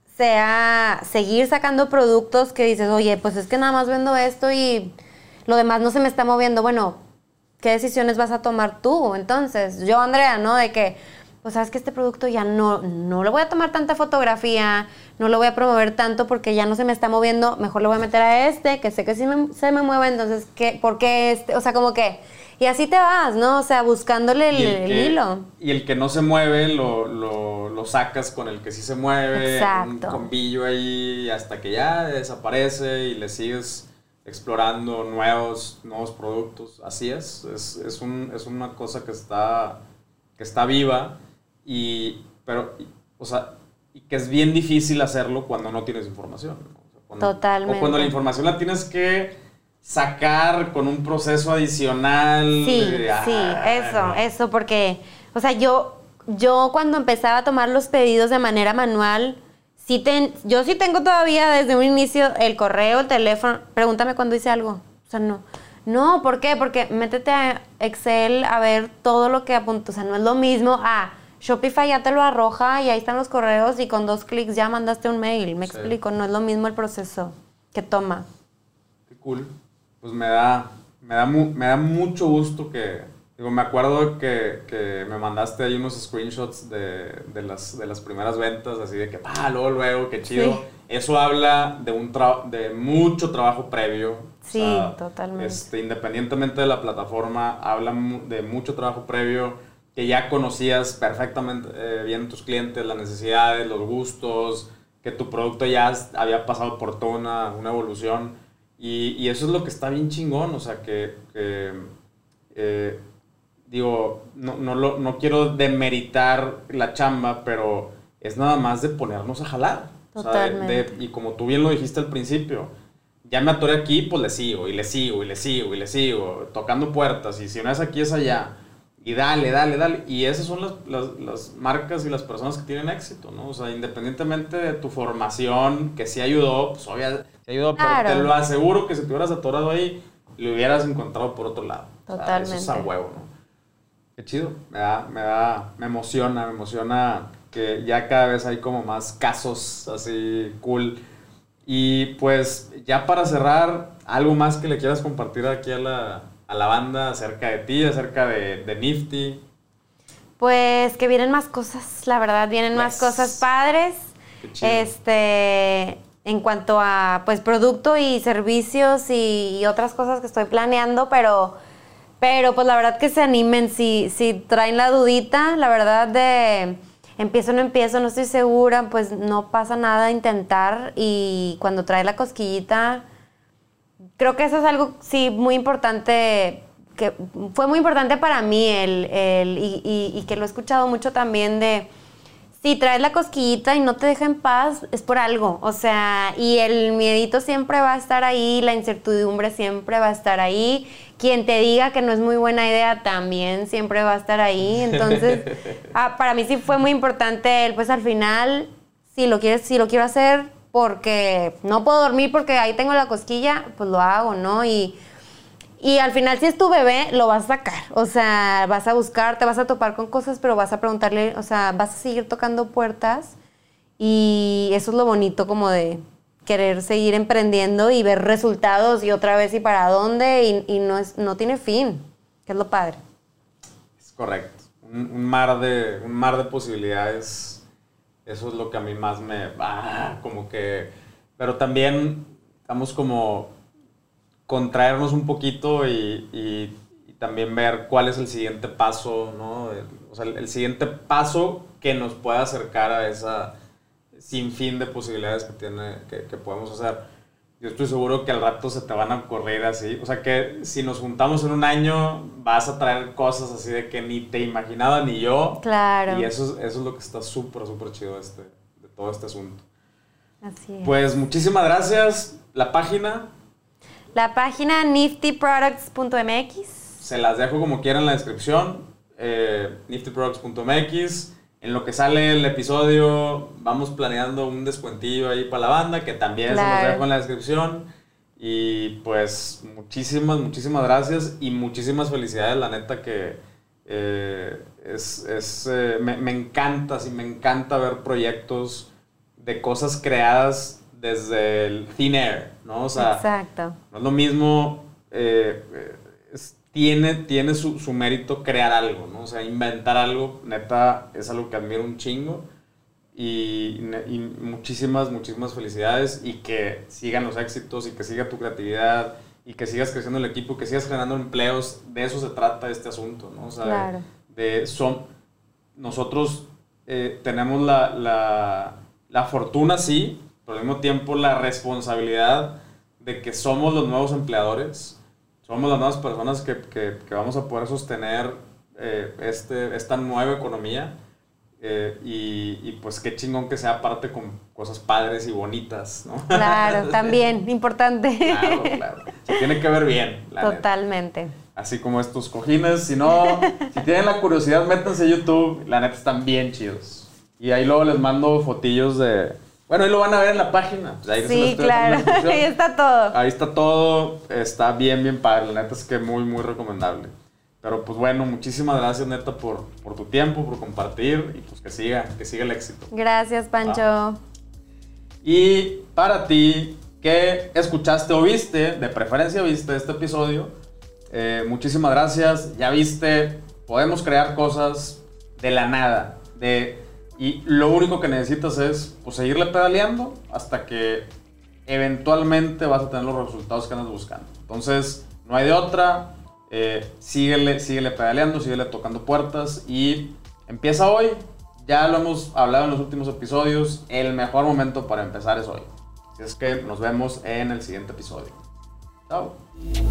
sea seguir sacando productos que dices, oye, pues es que nada más vendo esto y lo demás no se me está moviendo. Bueno, ¿qué decisiones vas a tomar tú? Entonces, yo, Andrea, ¿no? De que pues sabes que este producto ya no, no le voy a tomar tanta fotografía, no lo voy a promover tanto porque ya no se me está moviendo, mejor le voy a meter a este, que sé que sí me, se me mueve, entonces, ¿qué, ¿por qué este? O sea, como que, y así te vas, ¿no? O sea, buscándole el, el, que, el hilo.
Y el que no se mueve, lo, lo, lo sacas con el que sí se mueve,
exacto.
Un combillo ahí, hasta que ya desaparece y le sigues explorando nuevos, nuevos productos. Así es, es, es, un, es una cosa que está, que está viva. Y, pero, o sea, y que es bien difícil hacerlo cuando no tienes información, ¿no? O sea, cuando,
totalmente.
O cuando la información la tienes que sacar con un proceso adicional.
Sí,
de, ah,
sí, eso,
no.
eso, porque, o sea, yo, yo cuando empezaba a tomar los pedidos de manera manual, sí ten, yo sí tengo todavía desde un inicio el correo, el teléfono, pregúntame cuando hice algo, o sea, no. No, ¿por qué? Porque métete a Excel a ver todo lo que apunto, o sea, no es lo mismo a... Shopify ya te lo arroja y ahí están los correos y con dos clics ya mandaste un mail. Me sí. explico, no es lo mismo el proceso que toma.
Qué cool. Pues me da, me da, mu, me da mucho gusto que... Digo, me acuerdo que, que me mandaste ahí unos screenshots de, de, las, de las primeras ventas, así de que, ah, luego, luego, qué chido. Sí. Eso habla de, un tra de mucho trabajo previo.
Sí, o sea, totalmente.
Este, independientemente de la plataforma, habla de mucho trabajo previo, que ya conocías perfectamente eh, bien tus clientes, las necesidades, los gustos, que tu producto ya había pasado por toda una, una evolución. Y, y eso es lo que está bien chingón, o sea, que, que eh, digo, no, no, lo, no quiero demeritar la chamba, pero es nada más de ponernos a jalar.
Totalmente.
O sea, de, de, y como tú bien lo dijiste al principio, ya me atoré aquí, pues le sigo, y le sigo, y le sigo, y le sigo, tocando puertas, y si no es aquí es allá. Y dale, dale, dale. Y esas son las, las, las marcas y las personas que tienen éxito, ¿no? O sea, independientemente de tu formación, que sí ayudó, pues obviamente sí ayudó, claro. Pero te lo aseguro que si te hubieras atorado ahí, lo hubieras encontrado por otro lado.
Totalmente.
O sea, eso es a huevo, ¿no? Qué chido. Me da, me da, me emociona, me emociona que ya cada vez hay como más casos así cool. Y pues, ya para cerrar, ¿algo más que le quieras compartir aquí a la... a la banda acerca de ti, acerca de, de Nifty?
Pues que vienen más cosas, la verdad, vienen yes. más cosas padres. Este, en cuanto a pues producto y servicios y, y otras cosas que estoy planeando, pero, pero pues la verdad que se animen, si, si traen la dudita, la verdad de empiezo o no empiezo, no estoy segura, pues no pasa nada intentar, y cuando trae la cosquillita, creo que eso es algo, sí, muy importante, que fue muy importante para mí, el, el, y, y, y que lo he escuchado mucho también de, si traes la cosquillita y no te deja en paz, es por algo, o sea, y el miedito siempre va a estar ahí, la incertidumbre siempre va a estar ahí, quien te diga que no es muy buena idea también siempre va a estar ahí, entonces, ah, para mí sí fue muy importante el, pues al final, si lo quieres, si lo quiero hacer porque no puedo dormir porque ahí tengo la cosquilla, pues lo hago, ¿no? Y Y al final, si es tu bebé, lo vas a sacar. O sea, vas a buscar, te vas a topar con cosas, pero vas a preguntarle, o sea, vas a seguir tocando puertas. Y eso es lo bonito como de querer seguir emprendiendo y ver resultados y otra vez y para dónde. Y, y no, es, no tiene fin, que es lo padre.
Es correcto. Un, un, mar de, un mar de posibilidades. Eso es lo que a mí más me... Ah, como que... Pero también estamos como... contraernos un poquito y, y, y también ver cuál es el siguiente paso, ¿no? O sea, el, el siguiente paso que nos pueda acercar a esa sinfín de posibilidades que, tiene, que, que podemos hacer. Yo estoy seguro que al rato se te van a ocurrir así. O sea, que si nos juntamos en un año, vas a traer cosas así de que ni te imaginaba ni yo.
Claro.
Y eso, eso es lo que está súper, súper chido este, de todo este asunto.
Así es.
Pues muchísimas gracias. La página...
La página nifty products punto m x.
Se las dejo como quieran en la descripción. Eh, nifty products punto m x. En lo que sale el episodio, vamos planeando un descuentillo ahí para la banda, que también claro. Se los dejo en la descripción. Y pues muchísimas, muchísimas gracias y muchísimas felicidades. La neta que eh, es, es, eh, me, me encanta, sí, me encanta ver proyectos de cosas creadas desde el thin air, ¿no? O sea,
exacto.
No es lo mismo, eh, es, tiene, tiene su, su mérito crear algo, ¿no? O sea, inventar algo, neta, es algo que admiro un chingo. Y, y muchísimas, muchísimas felicidades y que sigan los éxitos y que siga tu creatividad y que sigas creciendo el equipo, que sigas generando empleos. De eso se trata este asunto, ¿no? O sea,
claro.
de, de son, nosotros eh, tenemos la, la, la fortuna, sí, pero al mismo tiempo la responsabilidad de que somos los nuevos empleadores, somos las nuevas personas que, que, que vamos a poder sostener eh, este, esta nueva economía eh, y, y pues qué chingón que sea parte con cosas padres y bonitas, ¿no?
Claro, también, importante.
Claro, claro. Se tiene que ver bien, la
totalmente.
Neta. Así como estos cojines, si no, si tienen la curiosidad, métanse a YouTube, la neta están bien chidos. Y ahí luego les mando fotillos de... Bueno, ahí lo van a ver en la página. Pues ahí
sí, claro. Ahí está todo.
Ahí está todo. Está bien, bien padre. La neta es que muy, muy recomendable. Pero pues bueno, muchísimas gracias, neta, por, por tu tiempo, por compartir y pues que siga, que siga el éxito.
Gracias, Pancho.
Ah. Y para ti, que escuchaste o viste, de preferencia viste este episodio, eh, muchísimas gracias. Ya viste, podemos crear cosas de la nada, de... Y lo único que necesitas es pues, seguirle pedaleando hasta que eventualmente vas a tener los resultados que andas buscando. Entonces, no hay de otra. Eh, síguele, síguele pedaleando, síguele tocando puertas y empieza hoy. Ya lo hemos hablado en los últimos episodios. El mejor momento para empezar es hoy. Así es que nos vemos en el siguiente episodio. Chao.